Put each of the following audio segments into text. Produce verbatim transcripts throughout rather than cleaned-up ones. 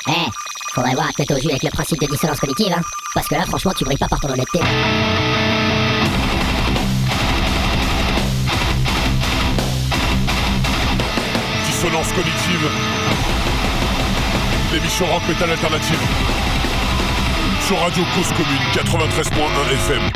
Eh, faudrait voir à te mettre au jus avec le principe de dissonance cognitive, hein. Parce que là, franchement, tu brilles pas par ton honnêteté. Dissonance cognitive. L'émission rock metal alternative. Sur Radio Cause Commune quatre-vingt-treize point un F M.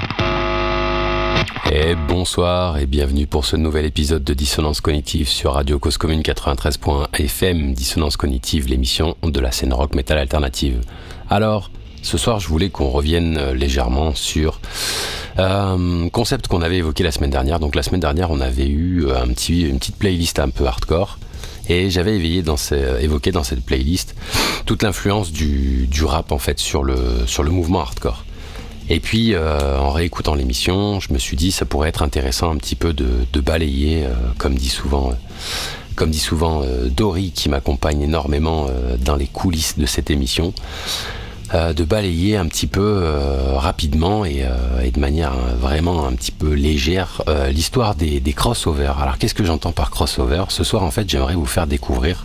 Et bonsoir et bienvenue pour ce nouvel épisode de Dissonance Cognitive sur Radio Cause Commune quatre-vingt-treize point un F M. Dissonance Cognitive, l'émission de la scène rock metal alternative. Alors, ce soir, je voulais qu'on revienne légèrement sur un euh, concept qu'on avait évoqué la semaine dernière. Donc la semaine dernière, on avait eu un petit, une petite playlist un peu hardcore. Et j'avais éveillé dans ces, évoqué dans cette playlist toute l'influence du, du rap en fait sur le, sur le mouvement hardcore. Et puis euh, en réécoutant l'émission, je me suis dit ça pourrait être intéressant un petit peu de, de balayer, euh, comme dit souvent, euh, comme dit souvent euh, Dory qui m'accompagne énormément euh, dans les coulisses de cette émission, euh, de balayer un petit peu euh, rapidement et, euh, et de manière euh, vraiment un petit peu légère euh, l'histoire des, des crossovers. Alors qu'est-ce que j'entends par crossover ? Ce soir en fait j'aimerais vous faire découvrir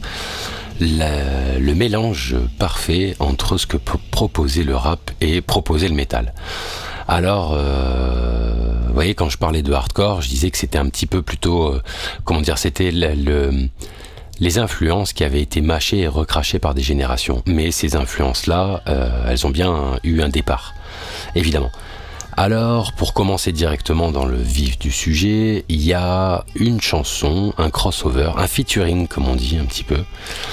La, le mélange parfait entre ce que p- proposait le rap et proposait le métal. Alors, euh, vous voyez, quand je parlais de hardcore, je disais que c'était un petit peu plutôt, euh, comment dire, c'était le, le, les influences qui avaient été mâchées et recrachées par des générations. Mais ces influences-là, euh, elles ont bien eu un départ, évidemment. Alors, pour commencer directement dans le vif du sujet, il y a une chanson, un crossover, un featuring comme on dit un petit peu,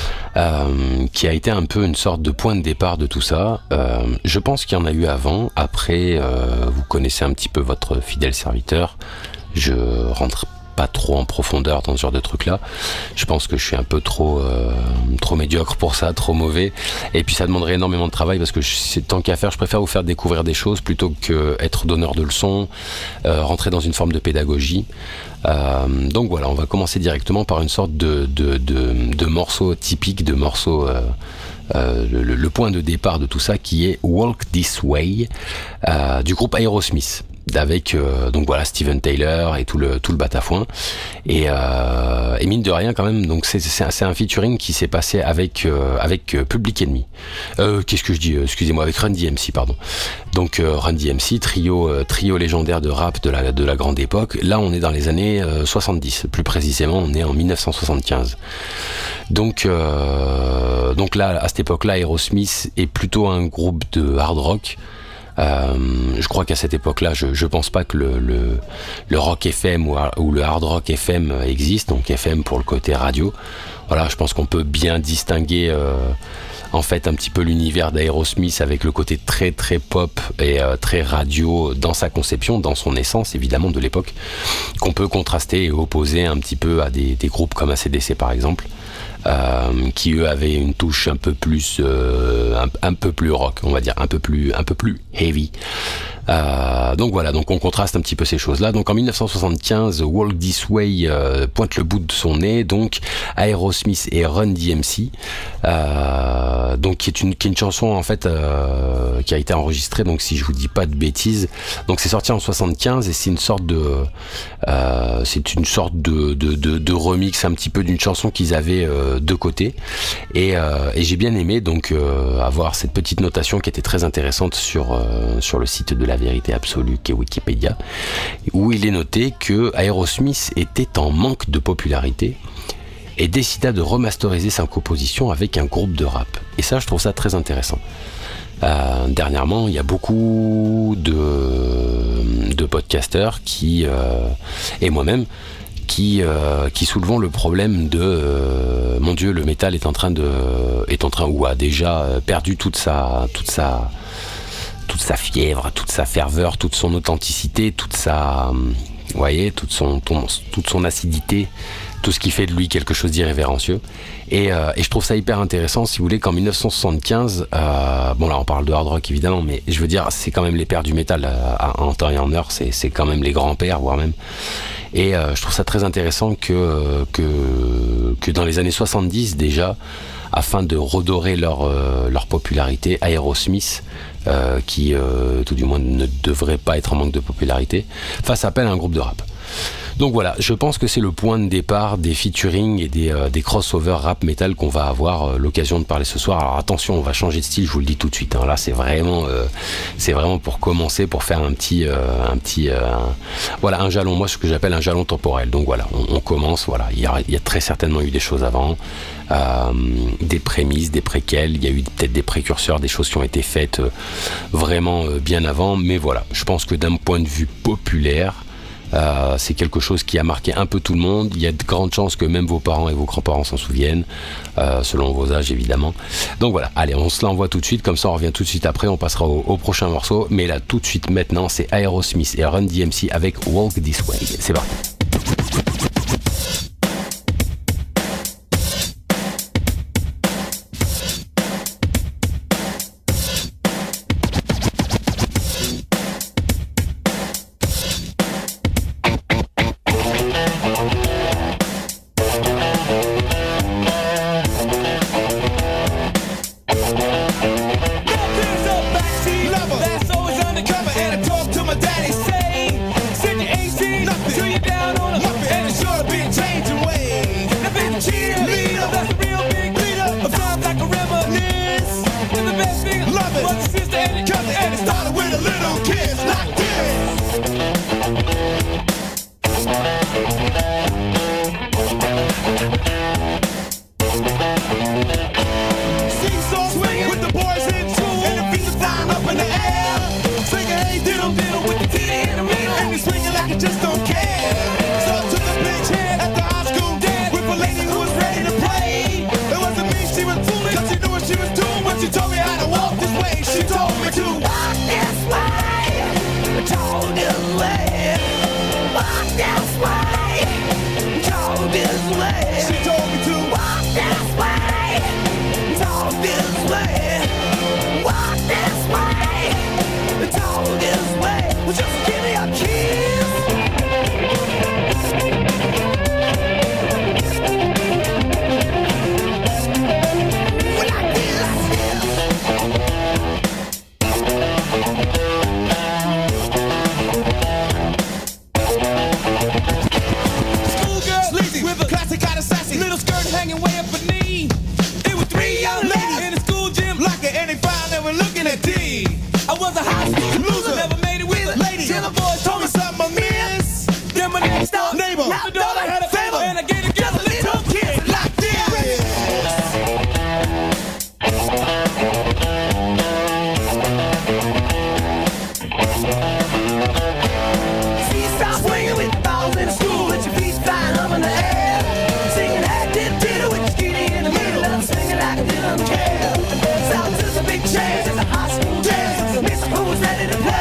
euh, qui a été un peu une sorte de point de départ de tout ça. Euh, je pense qu'il y en a eu avant, après, euh, vous connaissez un petit peu votre fidèle serviteur, je rentre pas trop en profondeur dans ce genre de truc là. Je pense que je suis un peu trop euh, trop médiocre pour ça, trop mauvais. Et puis ça demanderait énormément de travail parce que je, c'est tant qu'à faire, je préfère vous faire découvrir des choses plutôt que être donneur de leçons, euh, rentrer dans une forme de pédagogie. Euh, donc voilà, on va commencer directement par une sorte de de de, de morceau typique, de morceau. Euh, Euh, le, le point de départ de tout ça qui est Walk This Way euh, du groupe Aerosmith avec euh, donc voilà Steven Tyler et tout le tout le batafoin et, euh, et mine de rien quand même donc c'est c'est un, c'est un featuring qui s'est passé avec euh, avec euh, Public Enemy euh, qu'est-ce que je dis excusez-moi avec Run D M C pardon donc euh, Run D M C trio euh, trio légendaire de rap de la de la grande époque. Là on est dans les années euh, soixante-dix, plus précisément on est en dix-neuf cent soixante-quinze. Donc euh, donc là à cette époque-là Aerosmith est plutôt un groupe de hard rock. Euh, je crois qu'à cette époque-là, je, je pense pas que le, le, le rock F M ou, ou le hard rock F M existe, donc F M pour le côté radio. Voilà, je pense qu'on peut bien distinguer euh, en fait un petit peu l'univers d'Aerosmith avec le côté très très pop et euh, très radio dans sa conception, dans son essence évidemment de l'époque, qu'on peut contraster et opposer un petit peu à des, des groupes comme A C D C par exemple. Euh, qui eux avaient une touche un peu plus euh, un, un peu plus rock, on va dire un peu plus un peu plus heavy. Euh, donc voilà, donc on contraste un petit peu ces choses-là. Donc en dix-neuf cent soixante-quinze, Walk This Way euh, pointe le bout de son nez, donc Aerosmith et Run D M C, euh, donc qui est une qui est une chanson en fait euh, qui a été enregistrée. Donc si je vous dis pas de bêtises, donc c'est sorti en soixante-quinze et c'est une sorte de euh, c'est une sorte de, de de de remix un petit peu d'une chanson qu'ils avaient euh, de côté et euh, et j'ai bien aimé donc euh, avoir cette petite notation qui était très intéressante sur euh, sur le site de la vérité absolue qu'est Wikipédia, où il est noté que Aerosmith était en manque de popularité et décida de remasteriser sa composition avec un groupe de rap. Et ça, je trouve ça très intéressant. Euh, dernièrement, il y a beaucoup de, de podcasteurs qui, euh, et moi-même, qui, euh, qui soulevons le problème de euh, mon Dieu, le métal est en train de, est en train ou a déjà perdu toute sa, toute sa, toute sa fièvre, toute sa ferveur, toute son authenticité, toute sa, vous voyez, toute son, ton, toute son acidité, tout ce qui fait de lui quelque chose d'irrévérencieux. Et, euh, et je trouve ça hyper intéressant, si vous voulez, qu'en dix-neuf cent soixante-quinze, euh, bon là on parle de hard rock évidemment, mais je veux dire, c'est quand même les pères du métal euh, en temps et en heure, c'est, c'est quand même les grands-pères, voire même. Et euh, je trouve ça très intéressant que, que, que dans les années soixante-dix déjà, afin de redorer leur, euh, leur popularité, Aerosmith, euh, qui euh, tout du moins ne devrait pas être en manque de popularité, fasse appel à un groupe de rap. Donc voilà, je pense que c'est le point de départ des featuring et des, euh, des crossovers rap metal qu'on va avoir euh, l'occasion de parler ce soir. Alors attention, on va changer de style, je vous le dis tout de suite. Hein. Là, c'est vraiment, euh, c'est vraiment pour commencer, pour faire un petit, euh, un petit, euh, un, voilà, un jalon. Moi, ce que j'appelle un jalon temporel. Donc voilà, on, on commence. Voilà, il y, a, il y a très certainement eu des choses avant, euh, des prémices, des préquels. Il y a eu peut-être des précurseurs, des choses qui ont été faites euh, vraiment euh, bien avant. Mais voilà, je pense que d'un point de vue populaire, Euh, c'est quelque chose qui a marqué un peu tout le monde. Il y a de grandes chances que même vos parents et vos grands-parents s'en souviennent, euh, selon vos âges évidemment. Donc voilà, allez, on se l'envoie tout de suite, comme ça on revient tout de suite après, on passera au, au prochain morceau. Mais là, tout de suite maintenant, c'est Aerosmith et Run D M C avec Walk This Way. C'est parti. South is a big change, it's a high school dance. Miss Who's ready to play?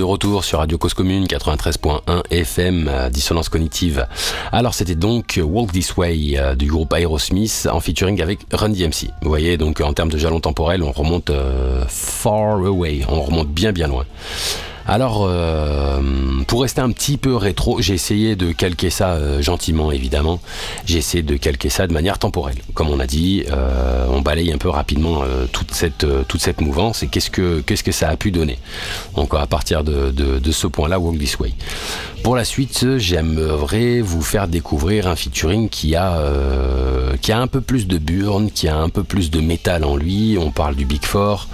retour sur Radio Cause Commune quatre-vingt-treize point un F M, euh, Dissonance Cognitive. Alors c'était donc Walk This Way euh, du groupe Aerosmith en featuring avec Run D M C. Vous voyez, donc en termes de jalon temporel, on remonte euh, far away, on remonte bien bien loin. Alors, euh, pour rester un petit peu rétro, j'ai essayé de calquer ça euh, gentiment, évidemment. J'ai essayé de calquer ça de manière temporelle. Comme on a dit, euh, on balaye un peu rapidement euh, toute cette euh, toute cette mouvance et qu'est-ce que qu'est-ce que ça a pu donner. Donc, à partir de de, de ce point-là, Walk This Way. Pour la suite, j'aimerais vous faire découvrir un featuring qui a euh, qui a un peu plus de burn, qui a un peu plus de métal en lui. On parle du Big Four.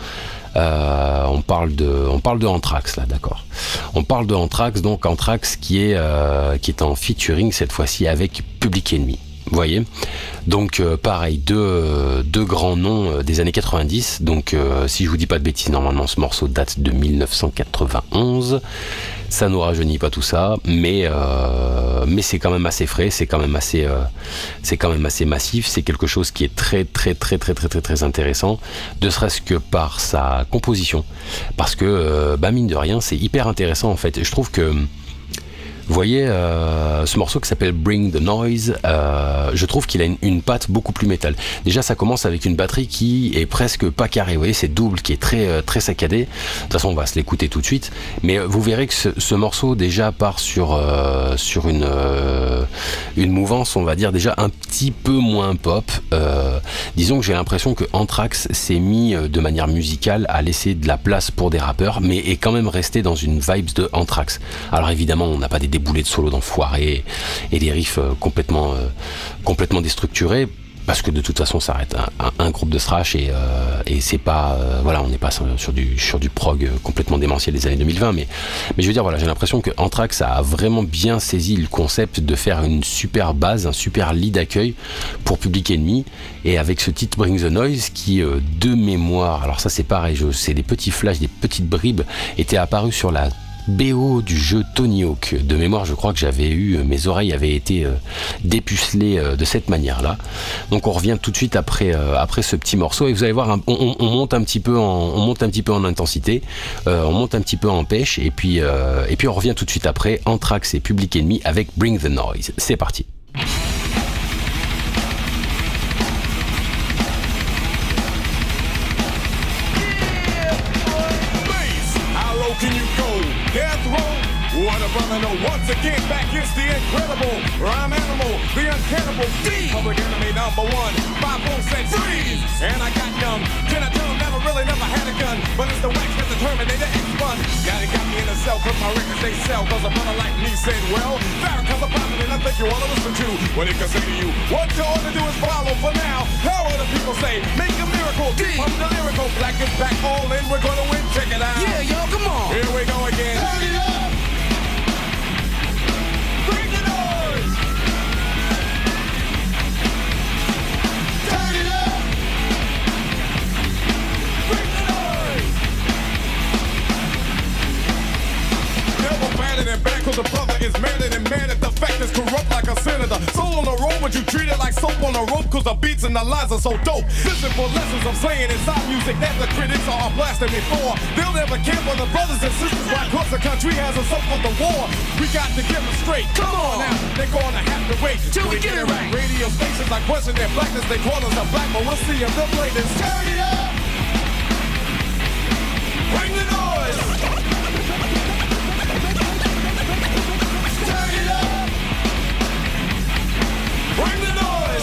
Euh, on parle de, on parle de Anthrax là, d'accord. On parle de Anthrax, donc Anthrax qui est, euh, qui est en featuring cette fois-ci avec Public Enemy. Vous voyez, donc euh, pareil, deux, deux grands noms euh, des années quatre-vingt-dix. Donc euh, si je vous dis pas de bêtises, normalement ce morceau date de dix-neuf cent quatre-vingt-onze. Ça nous rajeunit pas tout ça, mais euh, mais c'est quand même assez frais, c'est quand même assez euh, c'est quand même assez massif. C'est quelque chose qui est très très très très très très très intéressant, ne serait-ce que par sa composition, parce que euh, bah mine de rien, c'est hyper intéressant en fait. Je trouve que vous voyez, euh, ce morceau qui s'appelle Bring the Noise, euh, je trouve qu'il a une, une patte beaucoup plus métal. Déjà, ça commence avec une batterie qui est presque pas carrée. Vous voyez, c'est double, qui est très très saccadé. De toute façon, on va se l'écouter tout de suite. Mais vous verrez que ce, ce morceau déjà part sur euh, sur une euh, une mouvance, on va dire déjà un petit peu moins pop. Euh, disons que j'ai l'impression que Anthrax s'est mis de manière musicale à laisser de la place pour des rappeurs, mais est quand même resté dans une vibes de Anthrax. Alors évidemment, on n'a pas des boulets de solo d'enfoirés et des riffs euh, complètement euh, complètement déstructurés, parce que de toute façon ça reste un, un, un groupe de thrash et, euh, et c'est pas euh, voilà, on n'est pas sur, sur du sur du prog complètement démentiel des années deux mille vingt, mais mais je veux dire, voilà, j'ai l'impression que Anthrax a vraiment bien saisi le concept de faire une super base, un super lit d'accueil pour Public Enemy, et avec ce titre Bring the Noise qui euh, de mémoire, alors ça c'est pareil, je, c'est des petits flashs, des petites bribes, étaient apparus sur la B O du jeu Tony Hawk. De mémoire, je crois que j'avais eu, mes oreilles avaient été euh, dépucelées euh, de cette manière-là. Donc on revient tout de suite après euh, après ce petit morceau et vous allez voir, un, on, on monte un petit peu en on monte un petit peu en intensité, euh, on monte un petit peu en pêche et puis euh, et puis on revient tout de suite après Anthrax et Public Enemy avec Bring the Noise. C'est parti. What a brother, no, once again, back is the incredible rhyme animal, the uncannibal D, public enemy number one, five boom said freeze, and I got numb, can I tell him never really never had a gun, but it's the wax that the Terminator X-Bun, got it got me in a cell, cause my records they sell, cause a brother like me said, well, Farrakhan's a prophet and I think you wanna listen to, what he can say to you, what you ought to do is follow for now, how will the people say, make a miracle, D, I'm the lyrical, black is back, all in, we're gonna win, check it out, yeah, yo, come on, here we go again, turn it up. Bring the noise! Turn it up! Bring the noise! Never better than back, cause the brother is madder than mad at the fact is corrupt like a senator. Soul on the road, but you treat it like soap on a rope, cause the beats and the lines are so dope. Listen for lessons I'm saying inside music that the critics are blasting me for. They'll never care for the brothers and sisters, why cause the country has us up for the war. We got to get them straight. Come on now, they're gonna have to wait till we get it right. Radio stations like question their blackness, they call us a black, but we'll see if they'll play this. Turn it up! Bring the noise! Turn it up! Bring the noise!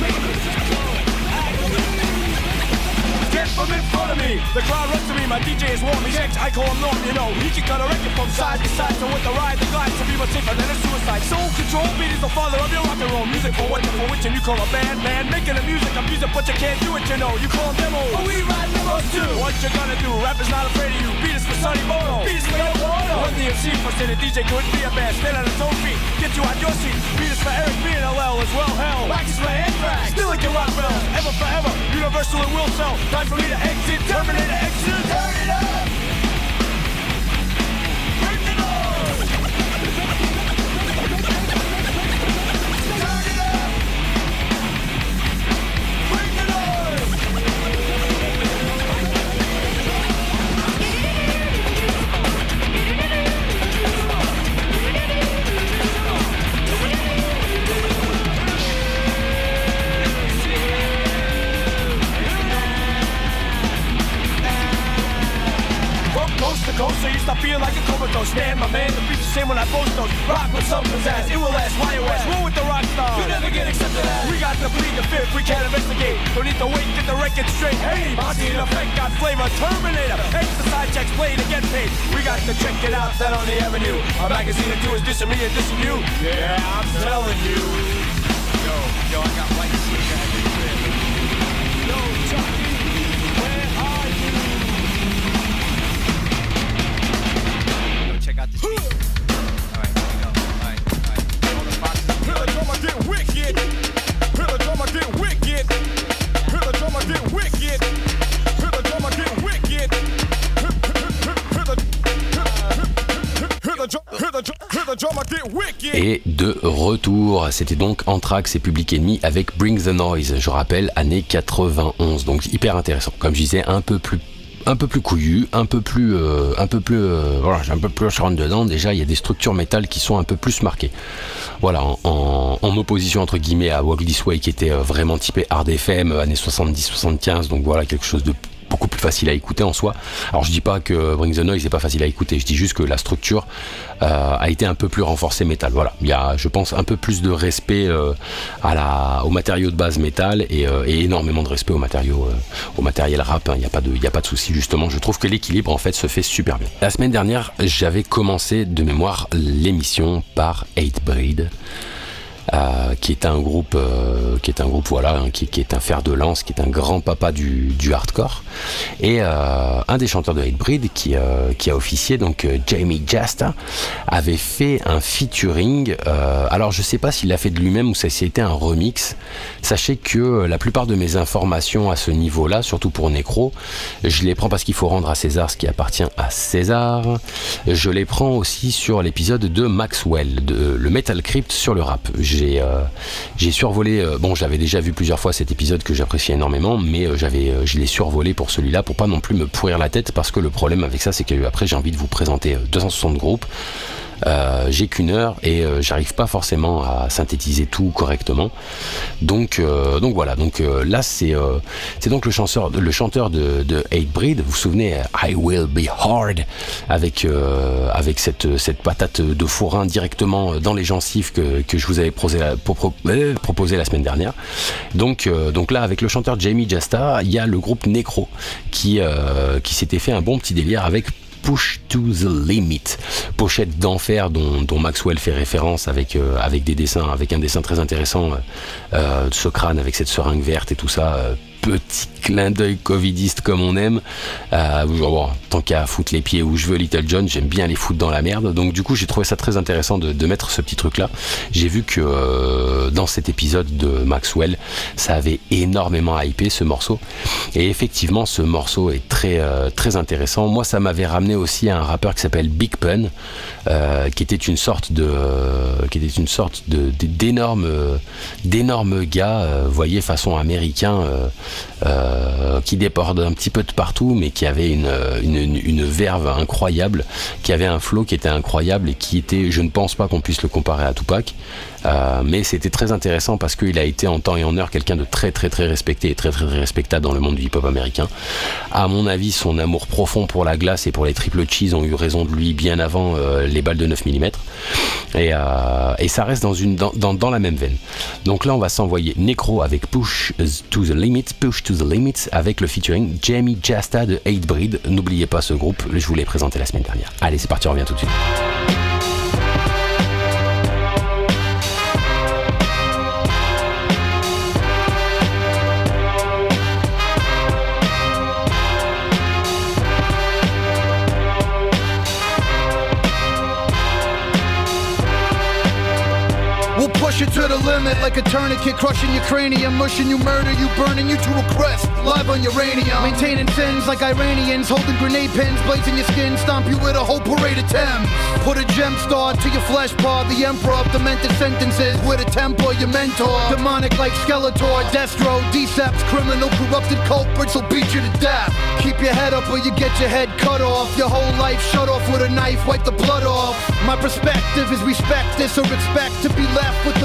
Get from in front of me, the crowd runs to me, my D J is warm, he's X, I call him Norm, you know. He can cut a record from side to side, so with the ride, the glide, to be much safer than a suicide. Soul control, beat is the father of your rock and roll. Music for what, for which, and you call a band, man. Making the music, I'm music, but you can't do it, you know. You call them demos, but we ride demos too. What you gonna do? Rap is not afraid of you. Beat is for Sonny Bono, beat is for Yo Bono. Run the M C for say the D J couldn't be a band. Stand on his own feet, get you out your seat. Beat is for Eric B and L L as well, hell. Wax is for Anthrax, still like your rock bell. Ever forever, universal and will sell. Time for me to exit, Terminator exit. Turn it up! Bring the noise! Turn it up! Bring the noise! Bring the noise! shame when I boast those. Rock with some pizzazz, it will last, why it was. Roll with the rock stars, you never get accepted as. We got to plead the fifth, we can't investigate. Don't need to wait, get the record straight. Hey, Monty in effect got flavor, Terminator. Exercise checks, play to get paid. We got to check it out, that on the avenue. A magazine or two is dissing me and dissing you. Yeah, I'm telling you. Yo, yo, I got white shit back in the crib. Yo, Chucky, where are you? Yo, check out this beat. Alright, here we go. Alright, alright. All the boxes. Hear the drummer get wicked. Hear the drummer get wicked. Hear the drummer get wicked. Hear the drummer get wicked. Hear the Et de retour, c'était donc Anthrax et Public Enemy avec Bring the Noise, je rappelle, année quatre-vingt-onze, donc hyper intéressant. Comme je disais, un peu plus un peu plus couillu, un peu plus euh, un peu plus euh, voilà, j'ai un peu plus je rentre dedans, déjà il y a des structures métal qui sont un peu plus marquées. Voilà, en, en, en opposition entre guillemets à Walk This Way qui était euh, vraiment typé hard F M années soixante-dix soixante-quinze, donc voilà quelque chose de beaucoup plus facile à écouter en soi. Alors je dis pas que Bring the Noise c'est pas facile à écouter, je dis juste que la structure euh, a été un peu plus renforcée métal. Voilà, il y a, je pense, un peu plus de respect euh, à la, aux matériaux de base métal et, euh, et énormément de respect aux matériaux, euh, au matériel rap. Il n'y a pas de, il y a pas de souci justement. Je trouve que l'équilibre en fait se fait super bien. La semaine dernière, j'avais commencé de mémoire l'émission par Hatebreed. Euh, qui est un groupe, euh, qui est un groupe voilà, hein, qui, qui est un fer de lance, qui est un grand papa du, du hardcore, et euh, un des chanteurs de Hatebreed qui, euh, qui a officié, donc euh, Jamie Jasta, avait fait un featuring. Euh, alors je sais pas s'il l'a fait de lui-même ou ça c'était un remix. Sachez que la plupart de mes informations à ce niveau-là, surtout pour Necro, je les prends parce qu'il faut rendre à César ce qui appartient à César. Je les prends aussi sur l'épisode de Maxwell, de, le Metal Crypt sur le rap. J'ai, euh, j'ai survolé, euh, bon j'avais déjà vu plusieurs fois cet épisode que j'appréciais énormément, mais euh, j'avais, euh, je l'ai survolé pour celui-là pour pas non plus me pourrir la tête, parce que le problème avec ça c'est que après j'ai envie de vous présenter deux cent soixante groupes. Euh, j'ai qu'une heure et euh, j'arrive pas forcément à synthétiser tout correctement, donc euh, donc voilà, donc euh, là c'est euh, c'est donc le chanteur le chanteur de, de Hatebreed, vous vous souvenez, I Will Be Hard, avec euh, avec cette cette patate de fourrin directement dans les gencives que que je vous avais proposé la, pro, pro, euh, proposé la semaine dernière. Donc euh, donc là avec le chanteur Jamie Jasta, il y a le groupe Necro qui euh, qui s'était fait un bon petit délire avec Push to the Limit, pochette d'enfer dont, dont Maxwell fait référence avec, euh, avec des dessins, avec un dessin très intéressant euh, de ce crâne avec cette seringue verte et tout ça. Euh, petit clin d'œil covidiste comme on aime. Euh, bon, tant qu'à foutre les pieds où je veux Little John, j'aime bien les foutre dans la merde. Donc du coup j'ai trouvé ça très intéressant de, de mettre ce petit truc là. J'ai vu que euh, dans cet épisode de Maxwell, ça avait énormément hypé ce morceau. Et effectivement ce morceau est très, euh, très intéressant. Moi ça m'avait ramené aussi à un rappeur qui s'appelle Big Pun, euh, qui était une sorte de euh, qui était une sorte de, de d'énormes euh, d'énormes gars, euh, vous voyez, façon américain, euh, Euh, qui déborde un petit peu de partout, mais qui avait une, une, une verve incroyable, qui avait un flow qui était incroyable et qui était, je ne pense pas qu'on puisse le comparer à Tupac, euh, mais c'était très intéressant parce qu'il a été en temps et en heure quelqu'un de très très très respecté et très très, très respectable dans le monde du hip-hop américain. À mon avis, son amour profond pour la glace et pour les triple cheese ont eu raison de lui bien avant euh, les balles de neuf millimètres, et, euh, et ça reste dans, une, dans, dans, dans la même veine. Donc là on va s'envoyer Necro avec Push to the Limit, Push to the Limits, avec le featuring Jamie Jasta de Hatebreed. N'oubliez pas ce groupe, je vous l'ai présenté la semaine dernière. Allez, c'est parti, on revient tout de suite. Push it to the limit like a tourniquet, crushing your cranium, mushing you, murder you, burning you to a crisp, live on uranium, maintaining sins like Iranians, holding grenade pins, blazing your skin, stomp you with a whole parade of Thames. Put a gem star to your flesh pod, the emperor of demented sentences with a temper, your mentor, demonic like Skeletor, Destro, Decepts, criminal, corrupted culprits will beat you to death. Keep your head up or you get your head cut off, your whole life shut off with a knife, wipe the blood off. My perspective is respect this or expect to be left with the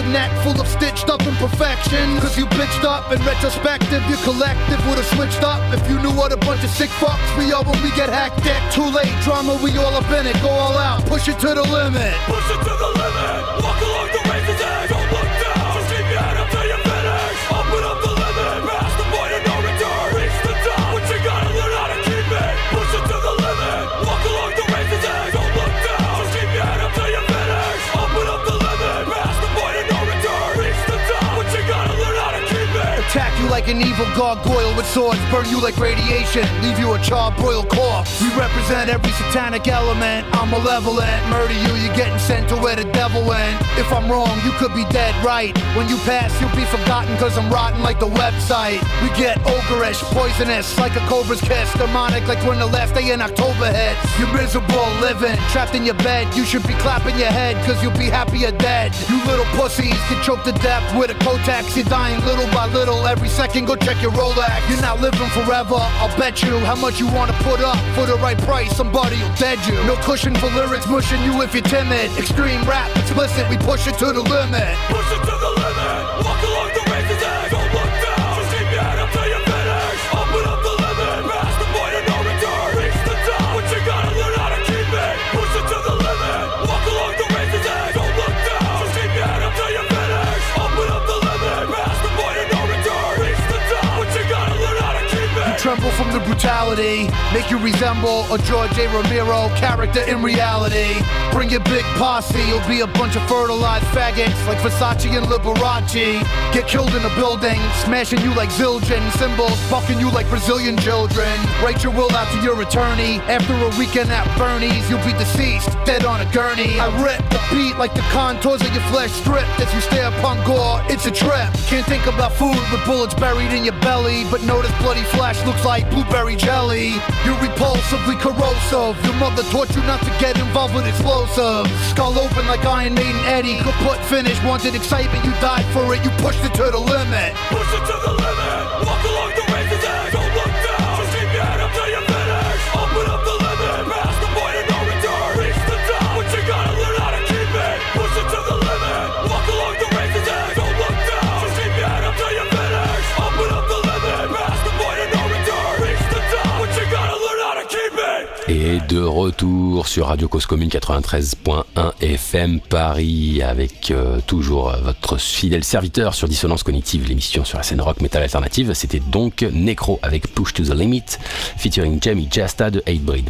a neck full of stitched up imperfections. Cause you bitched up in retrospective, your collective would've switched up if you knew what a bunch of sick fucks we are when we get hacked at. Too late, drama, we all up in it, go all out, push it to the limit. Push it to the limit, walk along the razor's edge, don't look down, just keep your head up till you finish. Open up the limit, past the point of no return, reach the top, but you gotta learn how to keep it. Push it to the limit, walk along the razor's edge, don't look down, just keep your head up till you finish. Open up the limit, past the point of no return, reach the top, but you gotta learn how to keep it. Attack you like an evil gargoyle with swords, burn you like radiation, leave you a charred broiled corpse. We represent every satanic element, I'm malevolent, murder you, you're getting sent to where the devil went. If I'm wrong, you could be dead right. When you pass, you'll be forgotten cause I'm rotten like the website. We get ogreish, poisonous, like a cobra's kiss, demonic like when the last day in October hits. You're miserable, living, trapped in your bed, you should be clapping your head cause you'll be happy you're dead. You little pussies, get choked to death with a Kotex, you're dying little by little, every second go check your Rolex. You're not living forever, I'll bet you how much you wanna put up for the right price, somebody will dead you. No cushion for lyrics, mushing you if you're timid. Extreme rap, explicit, we push it to the limit. Push it to the limit, walk along the razor's edge, don't look down, just keep your head up till you finish. Open up the limit, past the point of no return, reach the top, but you gotta learn how to keep it. Push it to the limit, walk along the razor's edge, don't look down, just keep your head up till you finish. Open up the limit, past the point of no return, reach the top, but you gotta learn how to keep it. You tremble from the brutality, make you resemble a George A. Romero character in reality. Bring your big posse, you'll be a bunch of fertilized faggots like Versace and Liberace. Get killed in a building, smashing you like Zildjian symbols, fucking you like Brazilian children. Write your will out to your attorney, after a weekend at Bernie's, you'll be deceased, dead on a gurney. I rip the beat like the contours of your flesh stripped as you stare upon gore, it's a trip. Can't think about food with bullets buried in your belly, but notice bloody flesh looks like blueberry jelly. You're repulsively corrosive, your mother taught you not to get involved with explosives. Skull open like Iron Maiden Eddie, kaput finish, wanted excitement, you died for it, you pushed it to the limit. Push it to the limit, walk along the razor's edge, don't look down, just keep your head up till you finish. Open up the limit, past the point of no return, reach the top, but you gotta learn how to keep it. Push it to the limit, walk along the razor's edge, don't look down, just keep your head up till you finish. Open up the limit, past the point of no return, reach the top, but you gotta learn how to keep it. Et de retour sur Radio Cause Commune quatre-vingt-treize point un F M Paris avec euh, toujours votre fidèle serviteur sur Dissonance Cognitive, l'émission sur la scène rock metal alternative. C'était donc Necro avec Push to the Limit featuring Jamie Jasta de Hatebreed.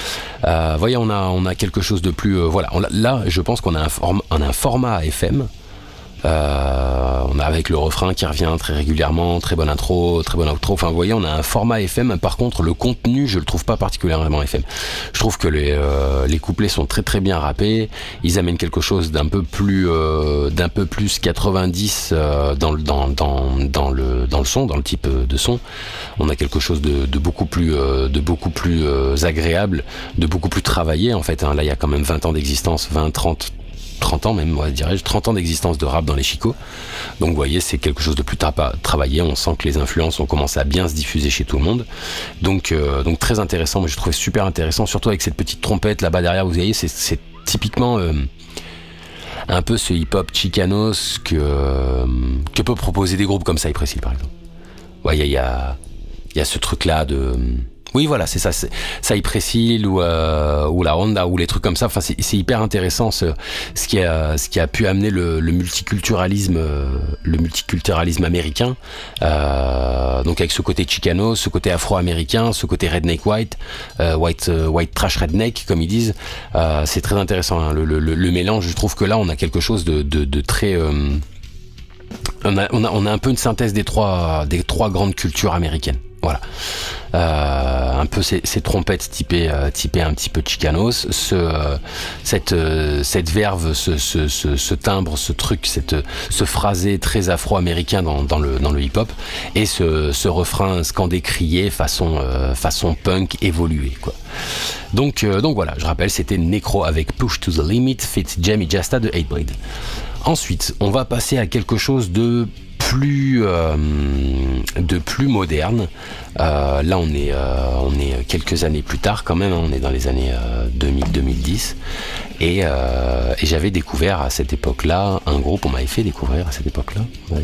Euh, voyez, on a, on a quelque chose de plus... Euh, voilà, on a, là je pense qu'on a un, form, on a un format F M. Euh, on a avec le refrain qui revient très régulièrement, très bonne intro, très bonne outro. Enfin, vous voyez, on a un format F M. Par contre, le contenu, je le trouve pas particulièrement F M. Je trouve que les euh, les couplets sont très très bien rappés. Ils amènent quelque chose d'un peu plus euh, d'un peu plus quatre-vingt-dix euh, dans le dans dans dans le dans le son, dans le type de son. On a quelque chose de, de beaucoup plus euh, de beaucoup plus euh, agréable, de beaucoup plus travaillé en fait. Hein. Là, il y a quand même vingt ans d'existence, vingt, trente trente ans même, moi, dirais-je, trente ans d'existence de rap dans les chicots. Donc vous voyez, c'est quelque chose de plus tra- travaillé, on sent que les influences ont commencé à bien se diffuser chez tout le monde. Donc, euh, donc très intéressant, moi je trouve super intéressant, surtout avec cette petite trompette là-bas derrière, vous voyez, c'est, c'est typiquement euh, un peu ce hip-hop chicanos que, euh, que peut proposer des groupes comme Cypress Hill par exemple. Vous voyez, il y a, y a ce truc-là de... Oui, voilà, c'est ça, c'est Cypress Hill ou euh, ou la Honda ou les trucs comme ça. Enfin, c'est, c'est hyper intéressant ce, ce qui a ce qui a pu amener le, le multiculturalisme, le multiculturalisme américain. Euh, donc avec ce côté chicano, ce côté afro-américain, ce côté redneck white, euh, white euh, white trash redneck comme ils disent. Euh, c'est très intéressant hein, le, le, le mélange. Je trouve que là, on a quelque chose de de, de très euh, on a on a on a un peu une synthèse des trois des trois grandes cultures américaines. Voilà, euh, un peu ces, ces trompettes typées, euh, typées un petit peu chicanos, ce, euh, cette, euh, cette verve, ce, ce, ce, ce timbre, ce truc, cette, ce phrasé très afro-américain dans, dans le, dans le hip-hop, et ce, ce refrain scandé, crié façon, euh, façon punk évolué, quoi. Donc, euh, donc voilà, je rappelle, c'était Necro avec Push to the Limit, fit Jamie Jasta de Hatebreed. Ensuite, on va passer à quelque chose de plus, euh, de plus moderne. Euh, là, on est, euh, on est quelques années plus tard quand même, hein, on est dans les années euh, deux mille deux mille dix. Et, euh, et j'avais découvert à cette époque-là un groupe, on m'avait fait découvrir à cette époque-là,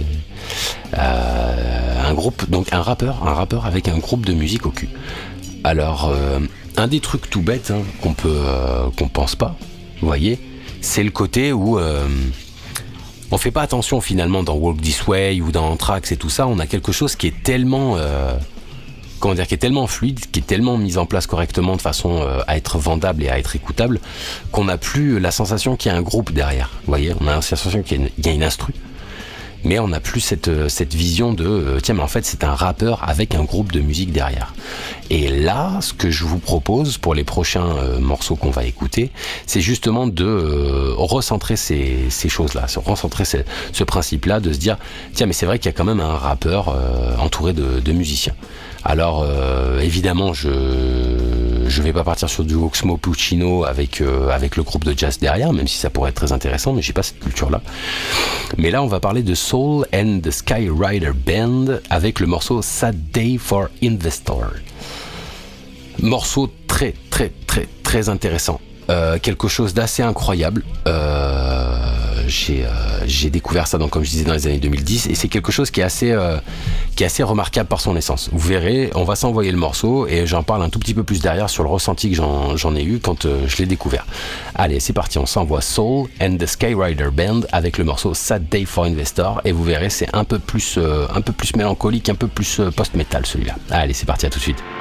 euh, un groupe, donc un rappeur, un rappeur avec un groupe de musique au cul. Alors, euh, un des trucs tout bêtes hein, qu'on peut, euh, qu'on pense pas, vous voyez, c'est le côté où euh, on fait pas attention finalement dans Walk This Way ou dans Anthrax et tout ça, on a quelque chose qui est tellement... Euh, comment dire, qui est tellement fluide, qui est tellement mis en place correctement de façon euh, à être vendable et à être écoutable, qu'on n'a plus la sensation qu'il y a un groupe derrière. Vous voyez, on a la sensation qu'il y a une, il y a une instru, mais on n'a plus cette, cette vision de euh, tiens, mais en fait, c'est un rappeur avec un groupe de musique derrière. Et là, ce que je vous propose pour les prochains euh, morceaux qu'on va écouter, c'est justement de euh, recentrer ces, ces choses-là, de recentrer ce, ce principe-là, de se dire tiens, mais c'est vrai qu'il y a quand même un rappeur euh, entouré de, de musiciens. Alors euh, évidemment je je vais pas partir sur du Oxmo Puccino avec euh, avec le groupe de jazz derrière, même si ça pourrait être très intéressant, mais j'ai pas cette culture là. Mais là on va parler de Soul and the Skyrider Band avec le morceau Sad Day for Investor. Morceau très très très très intéressant, euh, quelque chose d'assez incroyable. Euh, j'ai, euh, j'ai découvert ça donc, comme je disais, dans les années deux mille dix, et c'est quelque chose qui est assez euh, qui est assez remarquable par son essence. Vous verrez, on va s'envoyer le morceau et j'en parle un tout petit peu plus derrière sur le ressenti que j'en, j'en ai eu quand euh, je l'ai découvert. Allez, c'est parti, on s'envoie Soul and the Skyrider Band avec le morceau Sad Day for Investor, et vous verrez, c'est un peu plus euh, un peu plus mélancolique, un peu plus euh, post-metal celui-là. Allez, c'est parti, à tout de suite.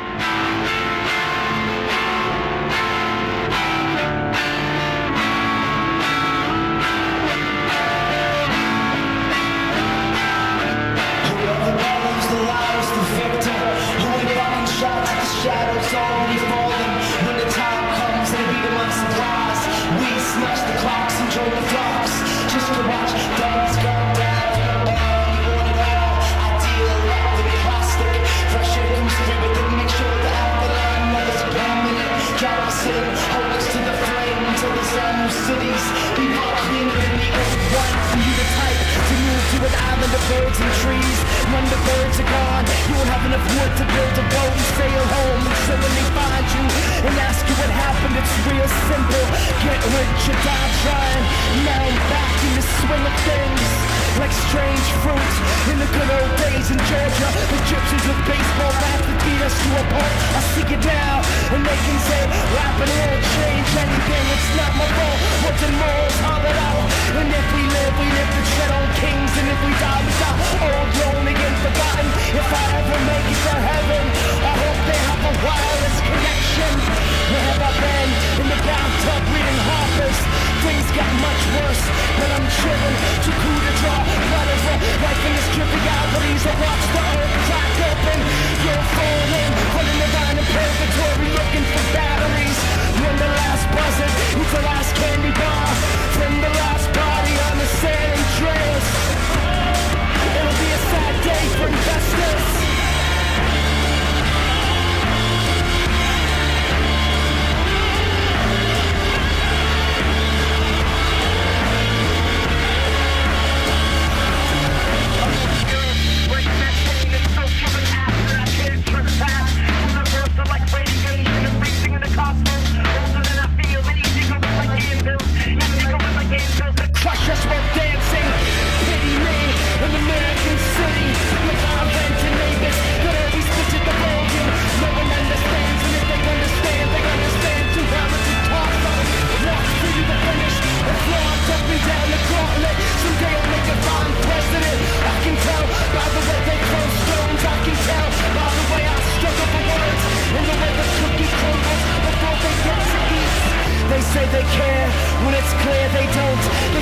Say they care when it's clear they don't. They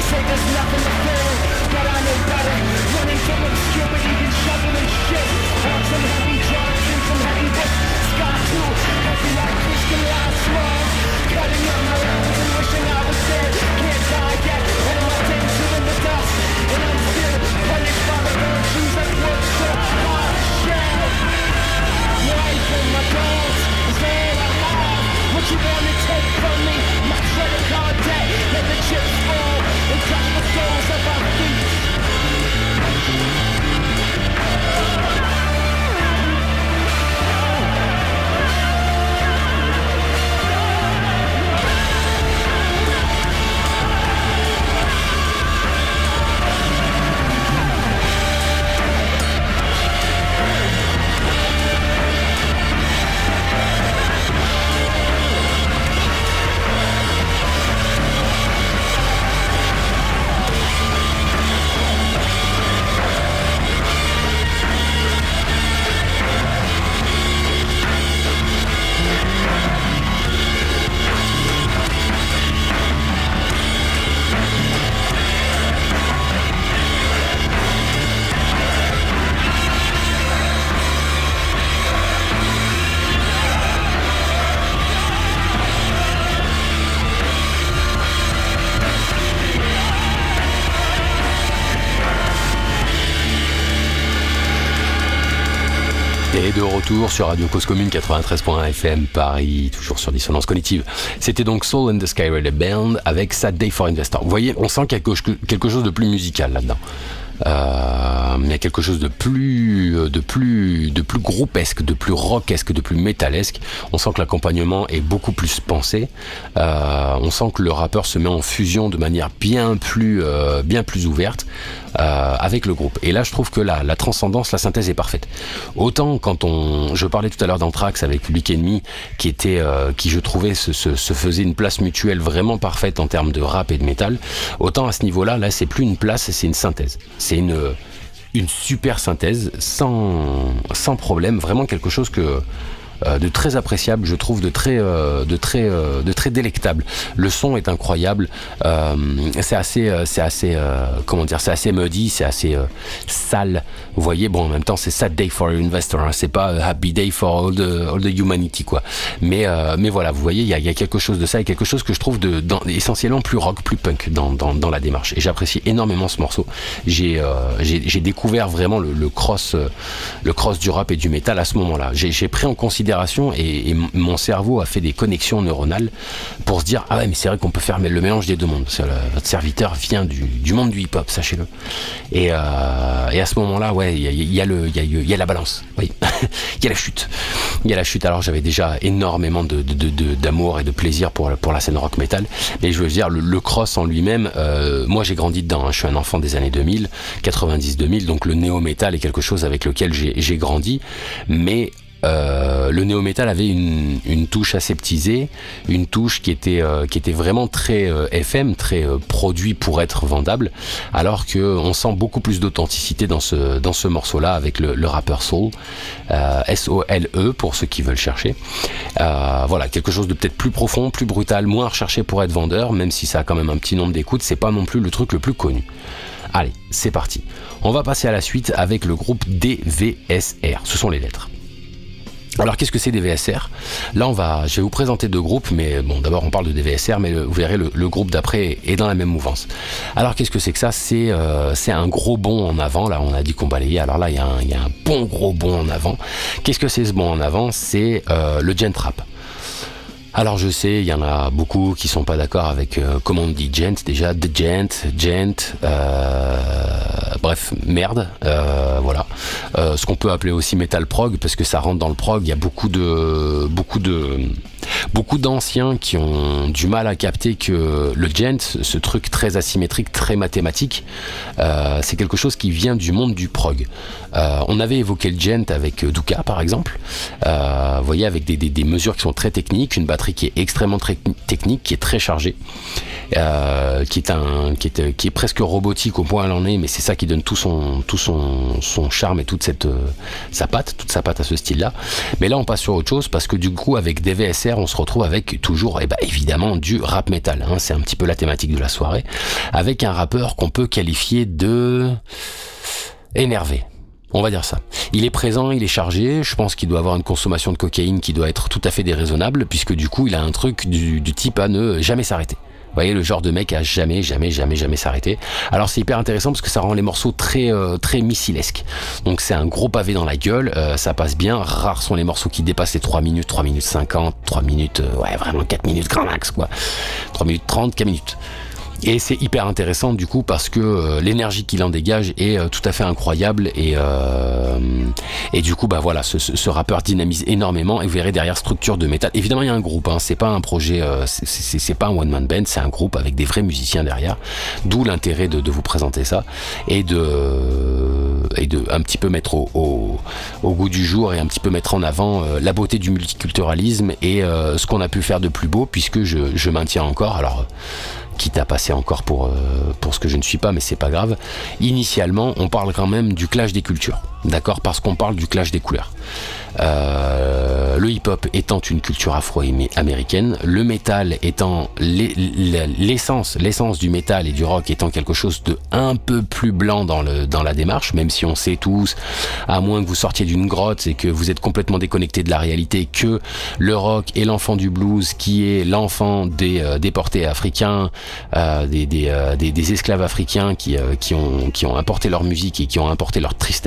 Et de retour sur Radio Cause Commune quatre-vingt-treize point un F M Paris, toujours sur Dissonance Cognitive. C'était donc Soul and the Skyride Band avec Sad Day for Investor. Vous voyez, on sent quelque, quelque chose de plus musical là-dedans. Euh, il y a quelque chose de plus, de plus, de plus groupesque, de plus rockesque, de plus métalesque. On sent que l'accompagnement est beaucoup plus pensé. Euh, on sent que le rappeur se met en fusion de manière bien plus, euh, bien plus ouverte euh, avec le groupe. Et là, je trouve que la, la transcendance, la synthèse est parfaite. Autant quand on, je parlais tout à l'heure d'Anthrax avec Public Enemy, qui était, euh, qui je trouvais se, se, se faisait une place mutuelle vraiment parfaite en termes de rap et de métal. Autant à ce niveau-là, là, c'est plus une place, c'est une synthèse. C'est une, une super synthèse, sans, sans problème, vraiment quelque chose que, euh, de très appréciable, je trouve, de très, euh, de, très, euh, de très délectable. Le son est incroyable, euh, c'est assez, c'est assez euh, comment dire, c'est assez muddy, c'est assez euh, sale. Vous voyez, bon, en même temps, c'est Sad Day for Investor, hein, c'est pas Happy Day for all the, all the humanity, quoi. Mais, euh, mais voilà, vous voyez, il y a, y a quelque chose de ça, et quelque chose que je trouve de, dans, essentiellement plus rock, plus punk dans, dans, dans la démarche. Et j'apprécie énormément ce morceau. J'ai, euh, j'ai, j'ai découvert vraiment le, le cross, euh, le cross du rap et du métal à ce moment-là. J'ai, j'ai pris en considération et, et mon cerveau a fait des connexions neuronales pour se dire ah ouais, mais c'est vrai qu'on peut faire le mélange des deux mondes. Parce que le, votre serviteur vient du, du monde du hip-hop, sachez-le. Et, euh, et à ce moment-là, ouais, il y a, y a le, il y a, il y a la balance. Oui, il y a la chute. Il y a la chute. Alors j'avais déjà énormément de, de, de, de, d'amour et de plaisir pour, pour la scène rock metal. Mais je veux dire, le, le cross en lui-même, euh, moi j'ai grandi dedans. Hein. Je suis un enfant des années deux mille, quatre-vingt-dix deux mille, donc le néo-metal est quelque chose avec lequel j'ai, j'ai grandi. Mais Euh, le néo-metal avait une, une touche aseptisée, une touche qui était, euh, qui était vraiment très euh, F M, très euh, produit pour être vendable, alors qu'on sent beaucoup plus d'authenticité dans ce, dans ce morceau-là avec le, le rappeur Soul, euh, S O L E pour ceux qui veulent chercher. Euh, voilà, quelque chose de peut-être plus profond, plus brutal, moins recherché pour être vendeur, même si ça a quand même un petit nombre d'écoutes, c'est pas non plus le truc le plus connu. Allez, c'est parti. On va passer à la suite avec le groupe D V S R, ce sont les lettres. Alors qu'est-ce que c'est D V S R ? Là on va, je vais vous présenter deux groupes, mais bon d'abord on parle de D V S R, mais le, vous verrez le, le groupe d'après est dans la même mouvance. Alors qu'est-ce que c'est que ça ? C'est, euh, c'est un gros bond en avant, là on a dit qu'on balayait, alors là il y, y a un bon gros bond en avant. Qu'est-ce que c'est ce bond en avant ? C'est euh, le gent rap. Alors je sais, il y en a beaucoup qui sont pas d'accord avec euh, comment on dit gent, déjà, the gent, gent, euh, bref, merde, euh, voilà. Euh, ce qu'on peut appeler aussi metal prog, parce que ça rentre dans le prog, il y a beaucoup de, beaucoup de, beaucoup d'anciens qui ont du mal à capter que le gent, ce truc très asymétrique, très mathématique, euh, c'est quelque chose qui vient du monde du prog. Euh, on avait évoqué le gent avec Douka par exemple, euh, vous voyez, avec des, des, des mesures qui sont très techniques, une batterie qui est extrêmement très technique, qui est très chargée, euh, qui est un, qui est, qui est presque robotique au point où elle en est, mais c'est ça qui donne tout son, tout son, son charme et toute cette, euh, sa patte, toute sa patte à ce style-là. Mais là, on passe sur autre chose parce que du coup, avec D V S R, on se retrouve avec toujours, et eh ben, évidemment, du rap metal. Hein, c'est un petit peu la thématique de la soirée, avec un rappeur qu'on peut qualifier de énervé. On va dire ça. Il est présent, il est chargé, je pense qu'il doit avoir une consommation de cocaïne qui doit être tout à fait déraisonnable, puisque du coup il a un truc du, du type à ne jamais s'arrêter. Vous voyez, le genre de mec à jamais, jamais, jamais, jamais s'arrêter. Alors c'est hyper intéressant parce que ça rend les morceaux très, euh, très missilesques. Donc c'est un gros pavé dans la gueule, euh, ça passe bien. Rares sont les morceaux qui dépassent les trois minutes, trois minutes cinquante, trois minutes, euh, ouais vraiment quatre minutes grand max quoi. trois minutes trente, quatre minutes. Et c'est hyper intéressant du coup parce que euh, l'énergie qu'il en dégage est euh, tout à fait incroyable et euh, et du coup bah voilà, ce, ce, ce rappeur dynamise énormément et vous verrez derrière structure de métal. Évidemment il y a un groupe, hein, c'est pas un projet, euh, c'est, c'est, c'est pas un one man band, c'est un groupe avec des vrais musiciens derrière. D'où l'intérêt de, de vous présenter ça et de et de un petit peu mettre au, au, au goût du jour et un petit peu mettre en avant euh, la beauté du multiculturalisme et euh, ce qu'on a pu faire de plus beau puisque je, je maintiens encore alors. Quitte à passer encore pour, euh, pour ce que je ne suis pas, mais c'est pas grave. Initialement, on parle quand même du clash des cultures, d'accord ? Parce qu'on parle du clash des couleurs. Euh, le hip-hop étant une culture afro-américaine, le métal étant l'essence, l'essence du métal et du rock étant quelque chose de un peu plus blanc dans, le, dans la démarche, même si on sait tous, à moins que vous sortiez d'une grotte et que vous êtes complètement déconnecté de la réalité, que le rock est l'enfant du blues, qui est l'enfant des euh, déportés africains, euh, des, des, euh, des, des esclaves africains qui, euh, qui, ont, qui ont importé leur musique et qui ont importé leur tristesse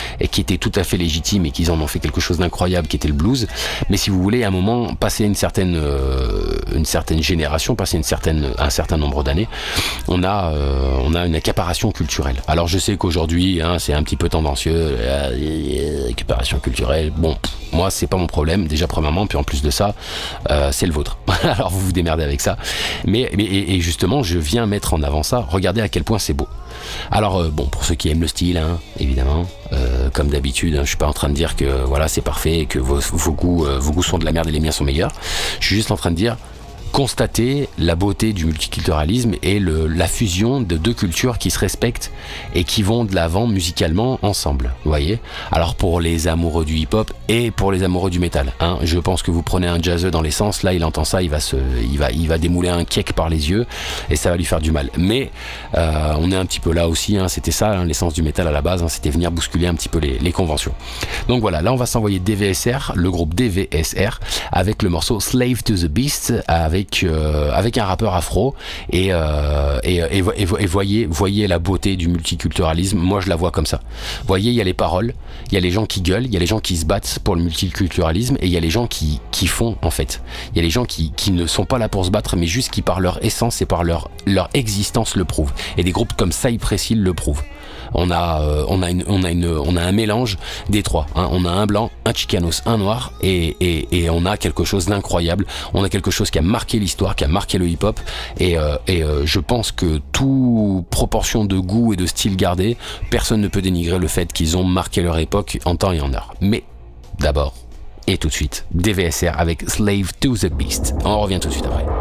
et qui était tout à fait légitime et qu'ils en ont fait quelque chose d'incroyable qui était le blues. Mais si vous voulez, à un moment, passer une certaine, euh, une certaine génération, passer une certaine, un certain nombre d'années, on a, euh, on a une accaparation culturelle. Alors je sais qu'aujourd'hui, hein, c'est un petit peu tendancieux, euh, accaparation culturelle, bon, moi c'est pas mon problème, déjà premièrement, puis en plus de ça, euh, c'est le vôtre. Alors vous vous démerdez avec ça. Mais, mais et justement, je viens mettre en avant ça, regardez à quel point c'est beau. Alors euh, bon, pour ceux qui aiment le style, hein, évidemment, euh, comme d'habitude, hein, je suis pas en train de dire que voilà c'est parfait et que vos, vos goûts, euh, vos goûts sont de la merde et les miens sont meilleurs. Je suis juste en train de dire, constater la beauté du multiculturalisme et le, la fusion de deux cultures qui se respectent et qui vont de l'avant musicalement ensemble, vous voyez. Alors pour les amoureux du hip-hop et pour les amoureux du métal, hein, je pense que vous prenez un jazzeux dans l'essence, là il entend ça, il va se, il va, il va démouler un cake par les yeux et ça va lui faire du mal. Mais euh, on est un petit peu là aussi, hein, c'était ça hein, l'essence du métal à la base, hein, c'était venir bousculer un petit peu les, les conventions. Donc voilà, là on va s'envoyer D V S R, le groupe D V S R, avec le morceau Slave to the Beast, avec Euh, avec un rappeur afro et, euh, et, et, et, et voyez, voyez la beauté du multiculturalisme. Moi je la vois comme ça. Vous voyez, il y a les paroles, il y a les gens qui gueulent, il y a les gens qui se battent pour le multiculturalisme et il y a les gens qui, qui font en fait. Il y a les gens qui, qui ne sont pas là pour se battre mais juste qui par leur essence et par leur, leur existence le prouvent. Et des groupes comme Cypress Hill le prouvent. On a, euh, on a une, on a une, on a un mélange des trois. Hein. On a un blanc, un chicanos, un noir, et, et, et on a quelque chose d'incroyable. On a quelque chose qui a marqué l'histoire, qui a marqué le hip-hop. Et, euh, et euh, je pense que toute proportion de goût et de style gardé, personne ne peut dénigrer le fait qu'ils ont marqué leur époque en temps et en heure. Mais d'abord et tout de suite, D V S R avec Slave to the Beast. On revient tout de suite après.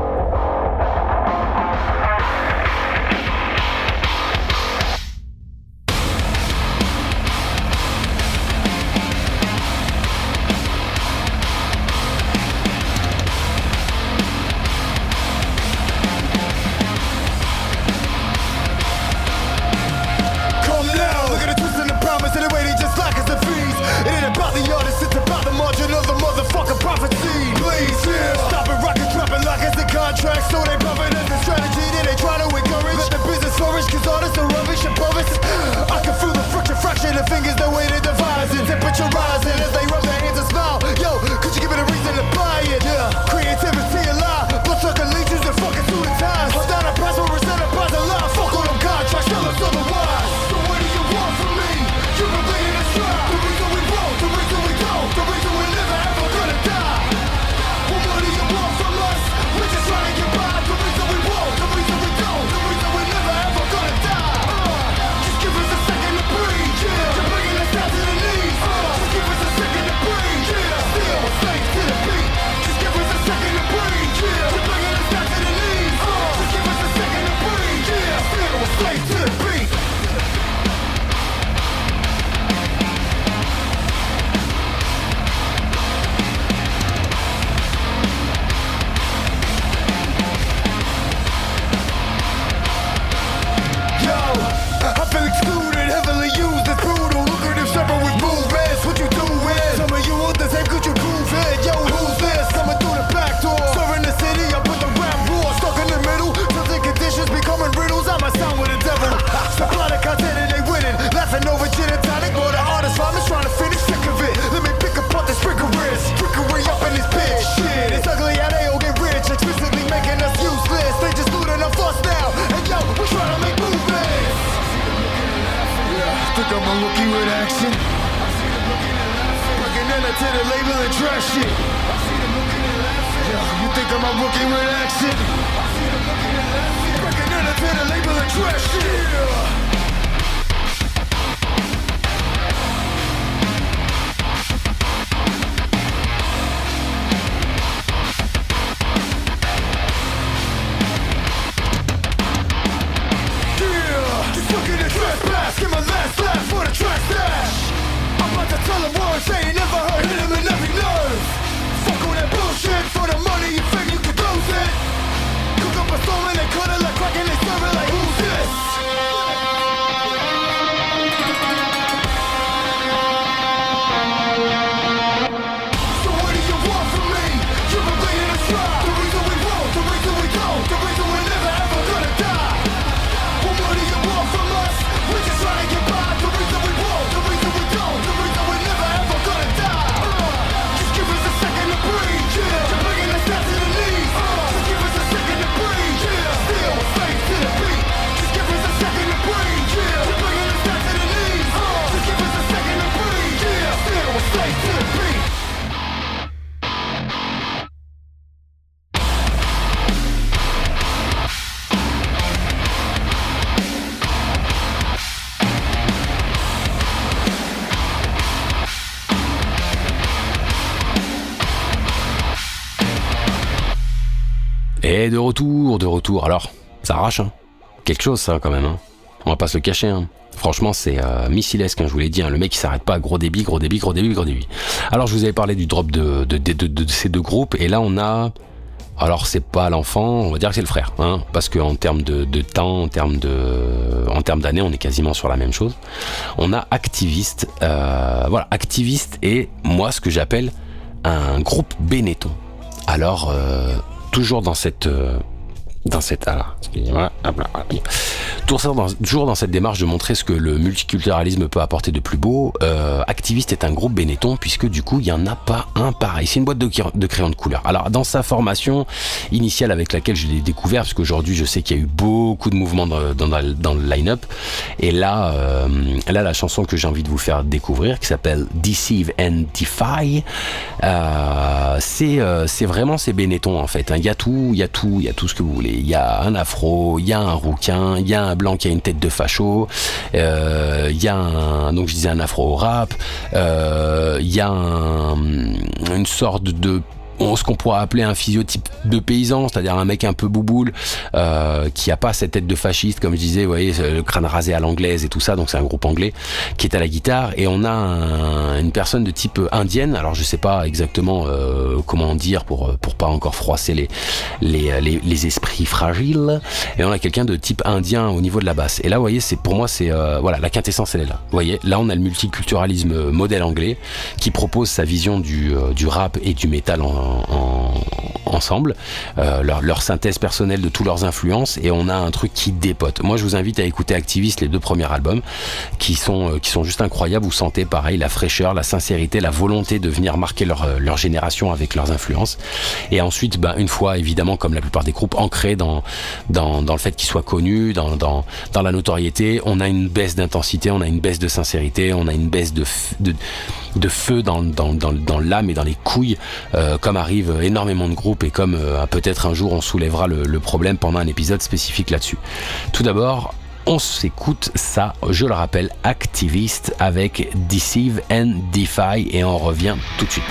to the label and trash shit. Yo, you think I'm a rookie with action? Breaking in to the label and trash shit. Give my last laugh for the track stash. I'm about to tell them words they ain't never heard. Hit them in every nerve. Fuck all that bullshit for the money you think you can lose it. Cook up a storm and they cut it like crack and they serve it like who's Et de retour, de retour. Alors, ça arrache, hein. Quelque chose, ça, quand même, hein. On va pas se le cacher, hein. Franchement, c'est euh, missilesque, hein, je vous l'ai dit, hein. Le mec, il s'arrête pas. Gros débit, gros débit, gros débit, gros débit. Alors, je vous avais parlé du drop de, de, de, de, de ces deux groupes. Et là, on a... Alors, c'est pas l'enfant, on va dire que c'est le frère, hein. Parce qu'en termes de, de temps, en termes de, en termes d'années, on est quasiment sur la même chose. On a Activist. Euh, voilà, Activist est, moi, ce que j'appelle un groupe Benetton. Alors, euh, toujours dans cette, euh, dans cette, alors, excusez-moi, hop là, toujours dans, toujours dans cette démarche de montrer ce que le multiculturalisme peut apporter de plus beau. Euh, Activist est un groupe Benetton puisque du coup, il y en a pas un pareil. C'est une boîte de, de crayons de couleur. Alors, dans sa formation initiale avec laquelle je l'ai découvert, parce qu'aujourd'hui, je sais qu'il y a eu beaucoup de mouvements dans, dans, dans le line-up. Et là, euh, là, la chanson que j'ai envie de vous faire découvrir, qui s'appelle Deceive and Defy, euh, c'est, euh, c'est vraiment ces Benetton en fait. Il y a tout, il y a tout, il y a tout ce que vous voulez. Il y a un afro, il y a un rouquin, il y a un blanc qui a une tête de facho, euh, il y a un, donc je disais un afro au rap, euh, il y a un, une sorte de ce qu'on pourrait appeler un physiotype de paysan, c'est-à-dire un mec un peu bouboule, euh, qui a pas cette tête de fasciste, comme je disais, vous voyez, le crâne rasé à l'anglaise et tout ça, donc c'est un groupe anglais qui est à la guitare, et on a un, une personne de type indienne, alors je sais pas exactement euh, comment dire pour pour pas encore froisser les les les, les esprits fragiles, et on a quelqu'un de type indien au niveau de la basse, et là vous voyez, c'est pour moi c'est euh, voilà, la quintessence elle est là, vous voyez, là on a le multiculturalisme modèle anglais qui propose sa vision du euh, du rap et du métal en En, ensemble, euh, leur, leur synthèse personnelle de toutes leurs influences, et on a un truc qui dépote. Moi je vous invite à écouter Activist, les deux premiers albums qui sont, euh, qui sont juste incroyables. Vous sentez pareil la fraîcheur, la sincérité, la volonté de venir marquer leur, euh, leur génération avec leurs influences, et ensuite bah, une fois évidemment comme la plupart des groupes ancrés dans, dans, dans le fait qu'ils soient connus, dans, dans, dans la notoriété, on a une baisse d'intensité, on a une baisse de sincérité, on a une baisse de, f- de, de feu dans, dans, dans, dans l'âme et dans les couilles, euh, comme arrive énormément de groupes, et comme euh, peut-être un jour on soulèvera le, le problème pendant un épisode spécifique là-dessus. Tout d'abord, on s'écoute ça, je le rappelle, Activist avec Deceive and Defy, et on revient tout de suite.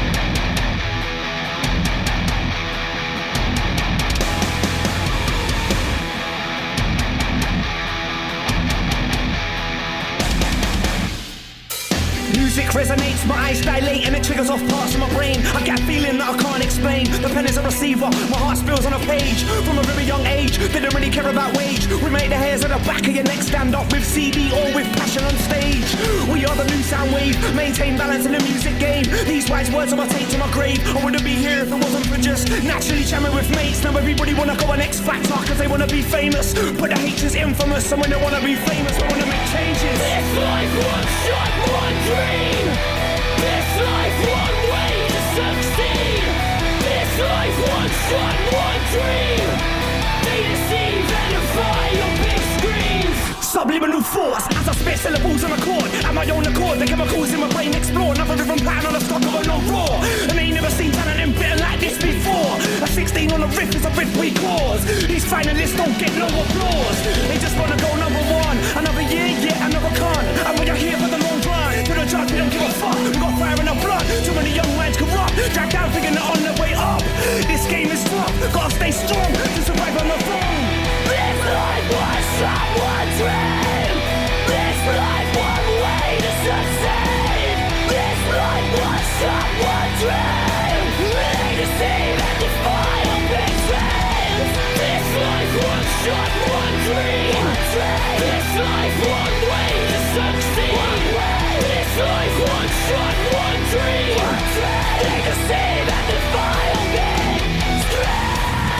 Music resonates, my eyes dilate and it triggers off parts of my brain. I get a feeling that I can't explain. The pen is a receiver, my heart spills on a page. From a very young age, didn't really care about wage. We made the hairs at the back of your neck stand up with C D or with passion on stage. We are the new sound wave, maintain balance in the music game. These wise words are my take to my grave. I wouldn't be here if it wasn't for just naturally jamming with mates. Now everybody wanna go on X Factor cause they wanna be famous. But the hate is infamous, and when they wanna be famous, they wanna make changes. It's like one shot, one dream. This life, one way to succeed. This life, one shot, one dream. They deceive and defy your big screens. Subliminal force, as I spit syllables on a chord. At my own accord, the chemicals in my brain explore. Another rhythm pattern on a stock of a no raw. And they ain't never seen talent in bitten like this before. A sixteen on the riff is a riff we cause. These finalists don't get no applause. They just wanna go number one. Another year, yeah, another con. And when you're here for the long run, to the judge, we don't give a fuck. We got fire in our blood. Too many young minds corrupt. Dragged down, thinking they're on their way up. This game is tough. Gotta stay strong to survive on the throne. This life was someone's dream. This life one way to succeed. This life was someone's dream. They deceive and defy on big dreams. This life one shot, one dream. This life one way to succeed. This life one shot, one dream. They deceive and defy on big dreams.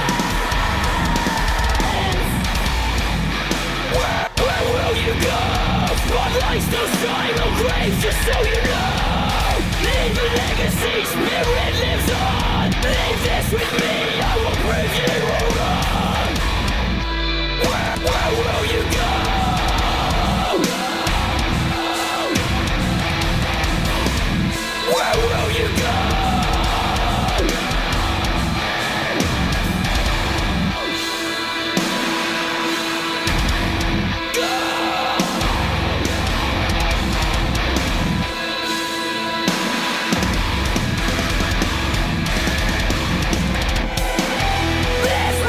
Where, where will you go? Spotlights still shine on graves, just so you know. Leave a legacy, spirit lives on. Leave this with me, I will prove you wrong. Where, where will you go? Where will you go? This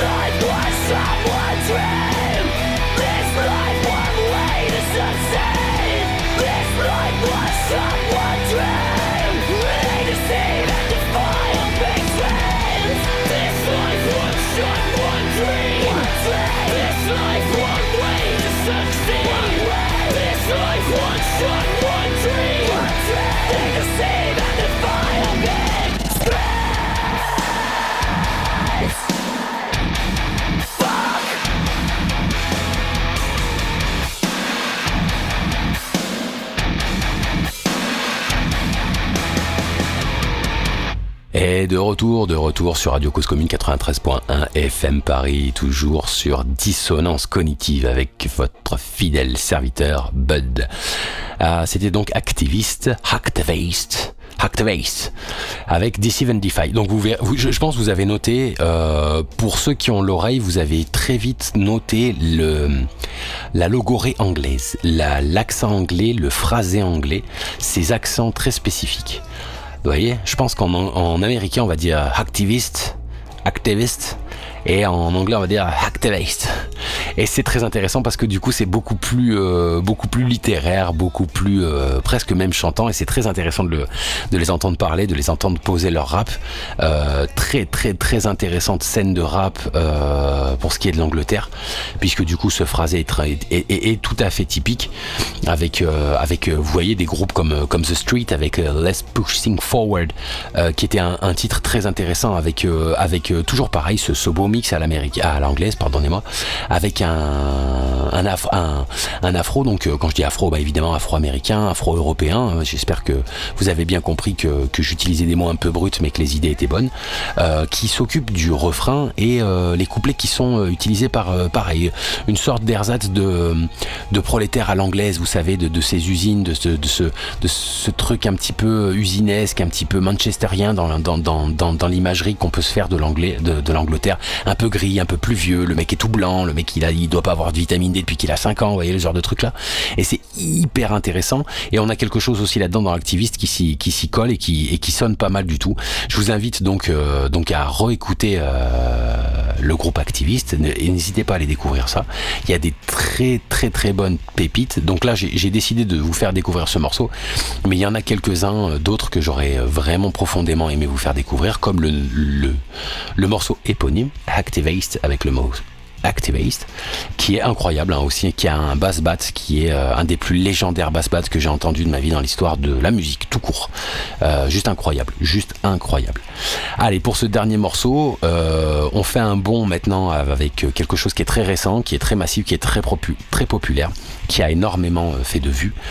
Et de retour, de retour sur Radio Cause Commune quatre-vingt-treize point un F M Paris, toujours sur Dissonance Cognitive avec votre fidèle serviteur Bud. Euh, c'était donc Activist, Hacktivist, Hacktivist, avec Deceive and Defy. Donc vous, verrez, vous je, je pense que vous avez noté, euh, pour ceux qui ont l'oreille, vous avez très vite noté le, la logorée anglaise, la, l'accent anglais, le phrasé anglais, ces accents très spécifiques. Vous voyez, je pense qu'en en américain, on va dire activist, activist, et en anglais, on va dire activist. Et c'est très intéressant parce que du coup, c'est beaucoup plus, euh, beaucoup plus littéraire, beaucoup plus euh, presque même chantant, et c'est très intéressant de, le, de les entendre parler, de les entendre poser leur rap. Euh, très, très, très intéressante scène de rap euh, pour ce qui est de l'Angleterre, puisque du coup, ce phrasé est, est, est, est tout à fait typique, avec, euh, avec euh, vous voyez, des groupes comme, comme The Street, avec euh, Let's Push Things Forward, euh, qui était un, un titre très intéressant, avec, euh, avec euh, toujours pareil, ce, ce beau mix à l'américaine, à l'anglaise, pardonnez-moi, avec un, un, afro, un, un afro, donc euh, quand je dis afro, bah évidemment afro-américain, afro-européen, euh, j'espère que vous avez bien compris que, que j'utilisais des mots un peu bruts, mais que les idées étaient bonnes, euh, qui s'occupe du refrain et euh, les couplets qui sont euh, utilisés par, euh, pareil, une sorte d'ersatz de, de prolétaire à l'anglaise, vous savez, de, de ces usines, de ce, de, ce, de ce truc un petit peu usinesque, un petit peu manchesterien dans, dans, dans, dans, dans l'imagerie qu'on peut se faire de l'anglais, de, de l'Angleterre, un peu gris, un peu pluvieux, le mec est tout blanc, le mec il, a, il doit pas avoir de vitamine D depuis qu'il a cinq ans, vous voyez le genre de truc là, et c'est hyper intéressant, et on a quelque chose aussi là-dedans dans l'activiste qui s'y, qui s'y colle et qui, et qui sonne pas mal du tout. Je vous invite donc, euh, donc à réécouter euh, le groupe Activiste, et n'hésitez pas à aller découvrir ça, il y a des très très très bonnes pépites. Donc là j'ai, j'ai décidé de vous faire découvrir ce morceau, mais il y en a quelques-uns d'autres que j'aurais vraiment profondément aimé vous faire découvrir, comme le, le, le morceau éponyme Activist, avec le mot Activist, qui est incroyable hein, aussi, qui a un bass bat qui est euh, un des plus légendaires bass bats que j'ai entendu de ma vie dans l'histoire de la musique tout court. Euh, juste incroyable, juste incroyable. Allez, pour ce dernier morceau, euh, on fait un bond maintenant avec quelque chose qui est très récent, qui est très massif, qui est très, propu- très populaire, qui a énormément fait de vues.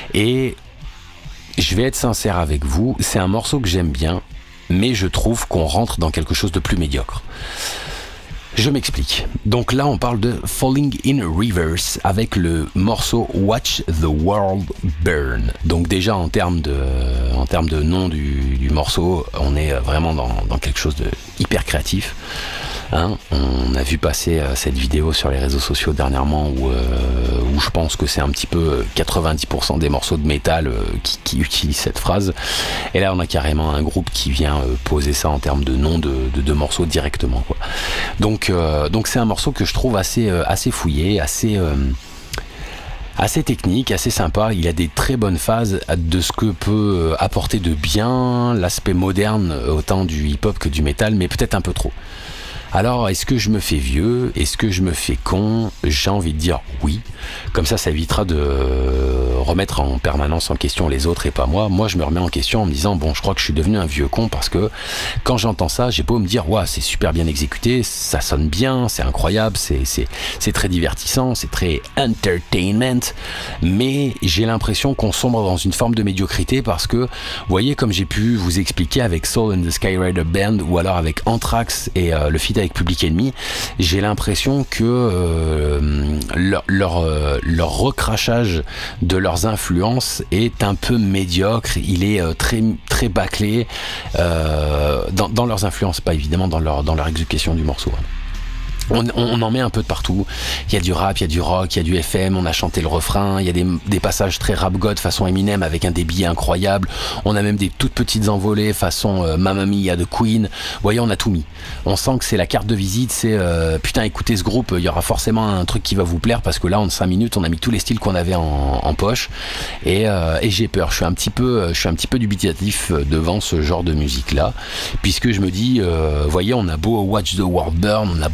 Et je vais être sincère avec vous, c'est un morceau que j'aime bien, mais je trouve qu'on rentre dans quelque chose de plus médiocre. Je m'explique. Donc là, on parle de Falling in Reverse avec le morceau Watch the World Burn. Donc déjà, en termes de, en termes de nom du, du morceau, on est vraiment dans, dans quelque chose de hyper créatif. Hein, on a vu passer euh, cette vidéo sur les réseaux sociaux dernièrement où, euh, où je pense que c'est un petit peu quatre-vingt-dix pour cent des morceaux de métal euh, qui, qui utilisent cette phrase. Et là on a carrément un groupe qui vient euh, poser ça en termes de nom de, de, de morceaux directement, quoi. Donc, euh, donc c'est un morceau que je trouve assez, euh, assez fouillé, assez... Euh, assez technique, assez sympa. Il a des très bonnes phases de ce que peut apporter de bien l'aspect moderne autant du hip-hop que du métal, mais peut-être un peu trop. Alors, est-ce que je me fais vieux ? Est-ce que je me fais con ? J'ai envie de dire oui. Comme ça, ça évitera de remettre en permanence en question les autres et pas moi. Moi, je me remets en question en me disant, bon, je crois que je suis devenu un vieux con parce que quand j'entends ça, j'ai beau me dire, ouais, c'est super bien exécuté, ça sonne bien, c'est incroyable, c'est, c'est, c'est très divertissant, c'est très entertainment, mais j'ai l'impression qu'on sombre dans une forme de médiocrité parce que, vous voyez, comme j'ai pu vous expliquer avec Soul and the Skyrider Band ou alors avec Anthrax et euh, le feat avec Public Enemy, j'ai l'impression que euh, leur, leur, euh, leur recrachage de leurs influences est un peu médiocre, il est euh, très, très bâclé euh, dans, dans leurs influences, pas évidemment dans leur, dans leur exécution du morceau. On, on en met un peu de partout. Il y a du rap, il y a du rock, il y a du F M, on a chanté le refrain, il y a des, des passages très rap god façon Eminem avec un débit incroyable. On a même des toutes petites envolées façon euh, Mamma Mia de Queen. Vous voyez, on a tout mis. On sent que c'est la carte de visite, c'est euh, putain, écoutez ce groupe, il y aura forcément un truc qui va vous plaire parce que là en cinq minutes on a mis tous les styles qu'on avait en, en poche et, euh, et j'ai peur. Je suis un petit peu, je suis un petit peu dubitatif devant ce genre de musique là, puisque je me dis, euh, voyez, on a beau Watch the World Burn, on a beau avoir un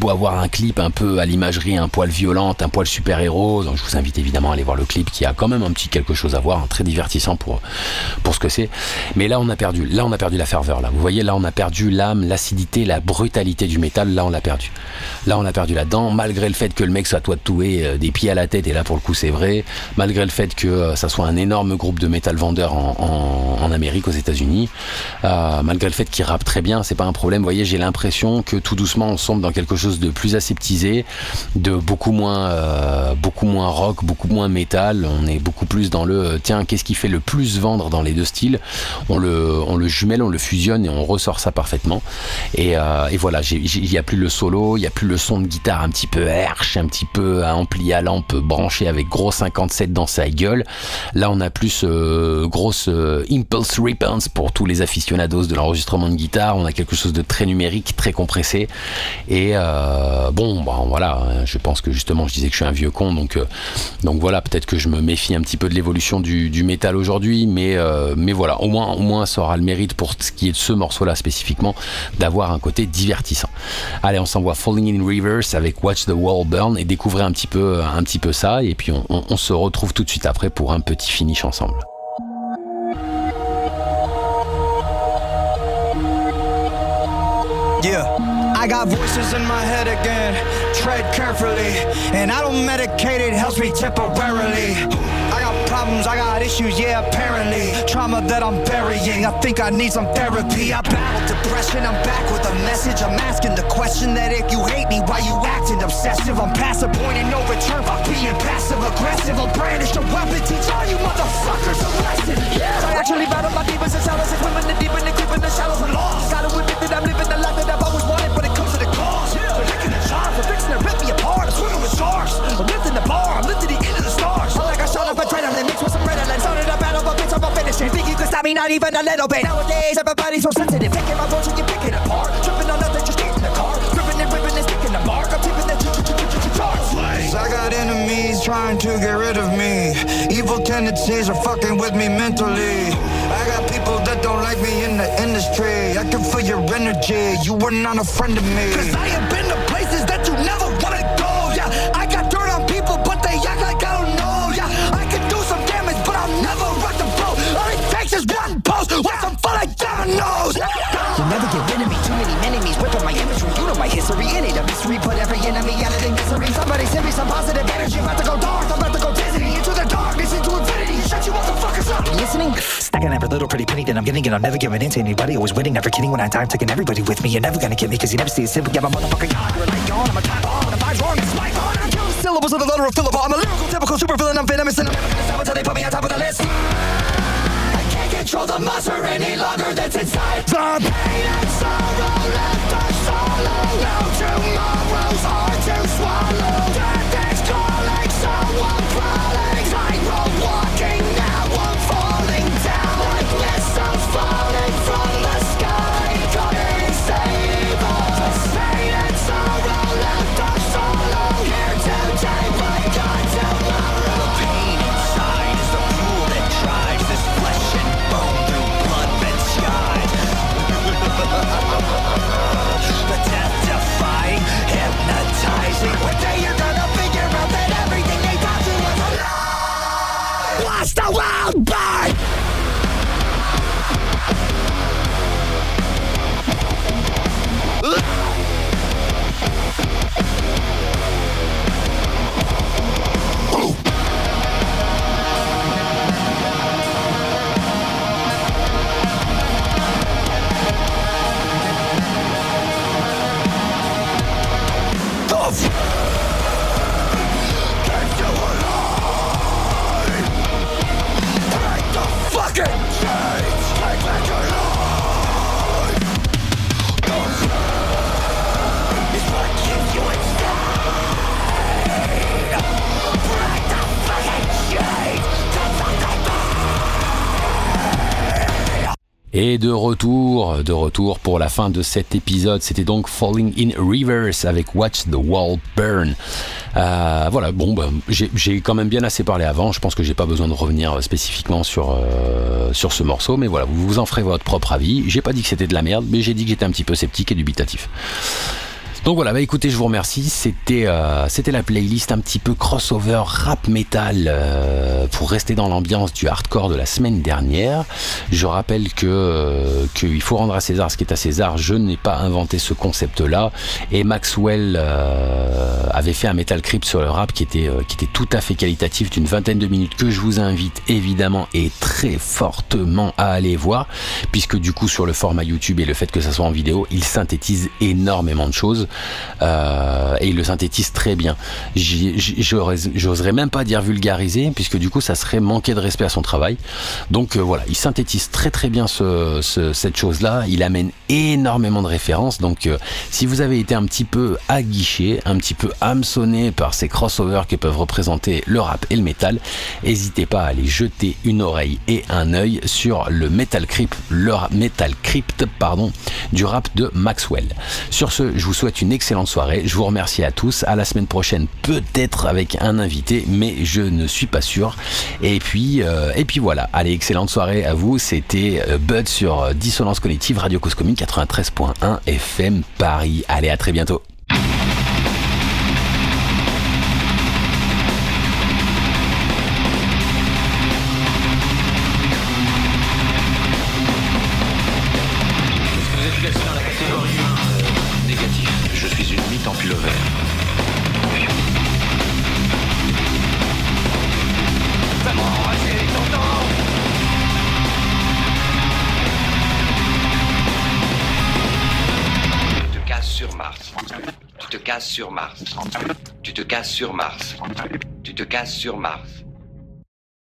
un clip un peu à l'imagerie un poil violente, un poil super-héros. Donc je vous invite évidemment à aller voir le clip qui a quand même un petit quelque chose à voir, hein, très divertissant pour, pour ce que c'est. Mais là on a perdu, là on a perdu la ferveur. Là. Vous voyez, là on a perdu l'âme, l'acidité, la brutalité du métal. Là on l'a perdu. Là on l'a perdu là-dedans, malgré le fait que le mec soit tatoué euh, des pieds à la tête, et là pour le coup c'est vrai, malgré le fait que euh, ça soit un énorme groupe de métal vendeurs en, en, en Amérique, aux États-Unis, euh, malgré le fait qu'il rappe très bien, c'est pas un problème. Vous voyez, j'ai l'impression que tout doucement on sombre dans quelque chose de plus aseptisé, de beaucoup moins, euh, beaucoup moins rock, beaucoup moins métal. On est beaucoup plus dans le euh, tiens, qu'est-ce qui fait le plus vendre dans les deux styles, on le, on le jumelle, on le fusionne et on ressort ça parfaitement. Et, euh, et voilà, il n'y a plus le solo, il n'y a plus le son de guitare un petit peu herche, un petit peu à ampli à lampe branché avec gros cinquante-sept dans sa gueule. Là on a plus euh, grosse euh, impulse response pour tous les aficionados de l'enregistrement de guitare. On a quelque chose de très numérique, très compressé. Et euh, bon, bon voilà, je pense que justement je disais que je suis un vieux con, donc, euh, donc voilà, peut-être que je me méfie un petit peu de l'évolution du, du métal aujourd'hui, mais, euh, mais voilà, au moins, au moins ça aura le mérite pour ce qui est de ce morceau-là spécifiquement, d'avoir un côté divertissant. Allez, on s'envoie Falling in Reverse avec Watch the World Burn et découvrir un petit peu, un petit peu ça, et puis on, on, on se retrouve tout de suite après pour un petit finish ensemble. Yeah, I got voices in my head again, tread carefully, and I don't medicate, it helps me temporarily. I got problems, I got issues, yeah, apparently. Trauma that I'm burying, I think I need some therapy. I battled depression, I'm back with a message. I'm asking the question that if you hate me, why you acting obsessive? I'm past a point and no return by being passive aggressive. I'll brandish a weapon, teach all you motherfuckers a lesson. Yeah. I actually battle my demons and shallows and women the deep and the creep in the shallows and lost. Gotta admit that I'm living the life that I've always wanted, but it comes to the cost. Yeah. They're taking the charge, they're fixing to rip me apart. I'm swimming with sharks, I'm lifting the bar, I'm lifting the end of the stars. I like I shot up a adrenaline mixed with some redolent. Started a battle, but bitch, I'm gonna finish it. Think you can stop me, not even a little bit. Nowadays, everybody's so sensitive. Taking my voice and you picking it apart. Tripping on nothing, just get in the car. Ripping and ripping and sticking the mark. I'm tipping the charts. I got enemies trying to get rid of me. Evil tendencies are fucking with me mentally. I got people that don't like me in the industry. I can feel your energy, you were not a friend of me. Cause I have been to places that you never wanna go. Yeah, I got dirt on people, but they act like I don't know. Yeah, I can do some damage, but I'll never rock the boat. All it takes is one post, watch them fall like dominoes. You'll never get rid of me, too many enemies whipping my imagery. You know my history, it ain't a mystery. Put every enemy out of their misery. Somebody send me some positive energy. I'm about to go dark, I'm about to go dizzy. Into the darkness, into infinity. Shut you motherfuckers up. You listening? Stacking every little pretty penny that I'm getting, and I'm never giving in to anybody. Always winning, never kidding when I die. I'm taking everybody with me. You're never gonna get me, cause you never see a simple. Yeah, my motherfucking God, you're a light gone. I'm a time bomb, and the vibe's wrong, it's my fault. I'm killing syllables of the letter of Philip. I'm a lyrical, typical super villain. I'm venomous, and I'm never gonna stop until they put me on top of the list. I can't control the monster any longer that's inside. The pain and sorrow left us solo. No tomorrow's hard to swallow. Death is calling, so I'm crawling. Tightrope walking, now I'm falling down. Like missiles falling from the sky. Come and save us. Pain and sorrow left us solo. Here today, but gone tomorrow. The pain inside is the fuel that drives this flesh and bone through blood-red skies. The death-defying, hypnotizing. One day you're gonna figure out that everything they taught you was a lie. Watch the world burn! Et de retour, de retour pour la fin de cet épisode, c'était donc Falling in Reverse avec Watch the World Burn. Euh, voilà, bon, bah, j'ai, j'ai quand même bien assez parlé avant, je pense que j'ai pas besoin de revenir spécifiquement sur, euh, sur ce morceau, mais voilà, vous vous en ferez votre propre avis. J'ai pas dit que c'était de la merde, mais j'ai dit que j'étais un petit peu sceptique et dubitatif. Donc voilà, bah écoutez, je vous remercie. C'était euh, c'était la playlist un petit peu crossover rap metal euh, pour rester dans l'ambiance du hardcore de la semaine dernière. Je rappelle que euh, qu'il faut rendre à César ce qui est à César. Je n'ai pas inventé ce concept-là. Et Maxwell euh, avait fait un Metal Crypt sur le rap qui était euh, qui était tout à fait qualitatif, d'une vingtaine de minutes, que je vous invite évidemment et très fortement à aller voir, puisque du coup sur le format YouTube et le fait que ça soit en vidéo, il synthétise énormément de choses. Euh, et il le synthétise très bien. J'y, j'oserais même pas dire vulgariser, puisque du coup ça serait manquer de respect à son travail. Donc euh, voilà, il synthétise très très bien ce, ce, cette chose-là. Il amène énormément de références. Donc euh, si vous avez été un petit peu aguiché, un petit peu hameçonné par ces crossovers que peuvent représenter le rap et le métal, n'hésitez pas à aller jeter une oreille et un œil sur le Metal Crypt, le Metal Crypt, pardon, du rap de Maxwell. Sur ce, je vous souhaite une excellente soirée. Je vous remercie à tous. À la semaine prochaine, peut-être avec un invité, mais je ne suis pas sûr. Et puis, euh, et puis voilà. Allez, excellente soirée à vous. C'était Bud sur Dissonance Cognitive, Radio Cause Commune quatre-vingt-treize point un F M Paris. Allez, à très bientôt. Tu te casses sur Mars. Tu te casses sur Mars. Tu te casses sur Mars.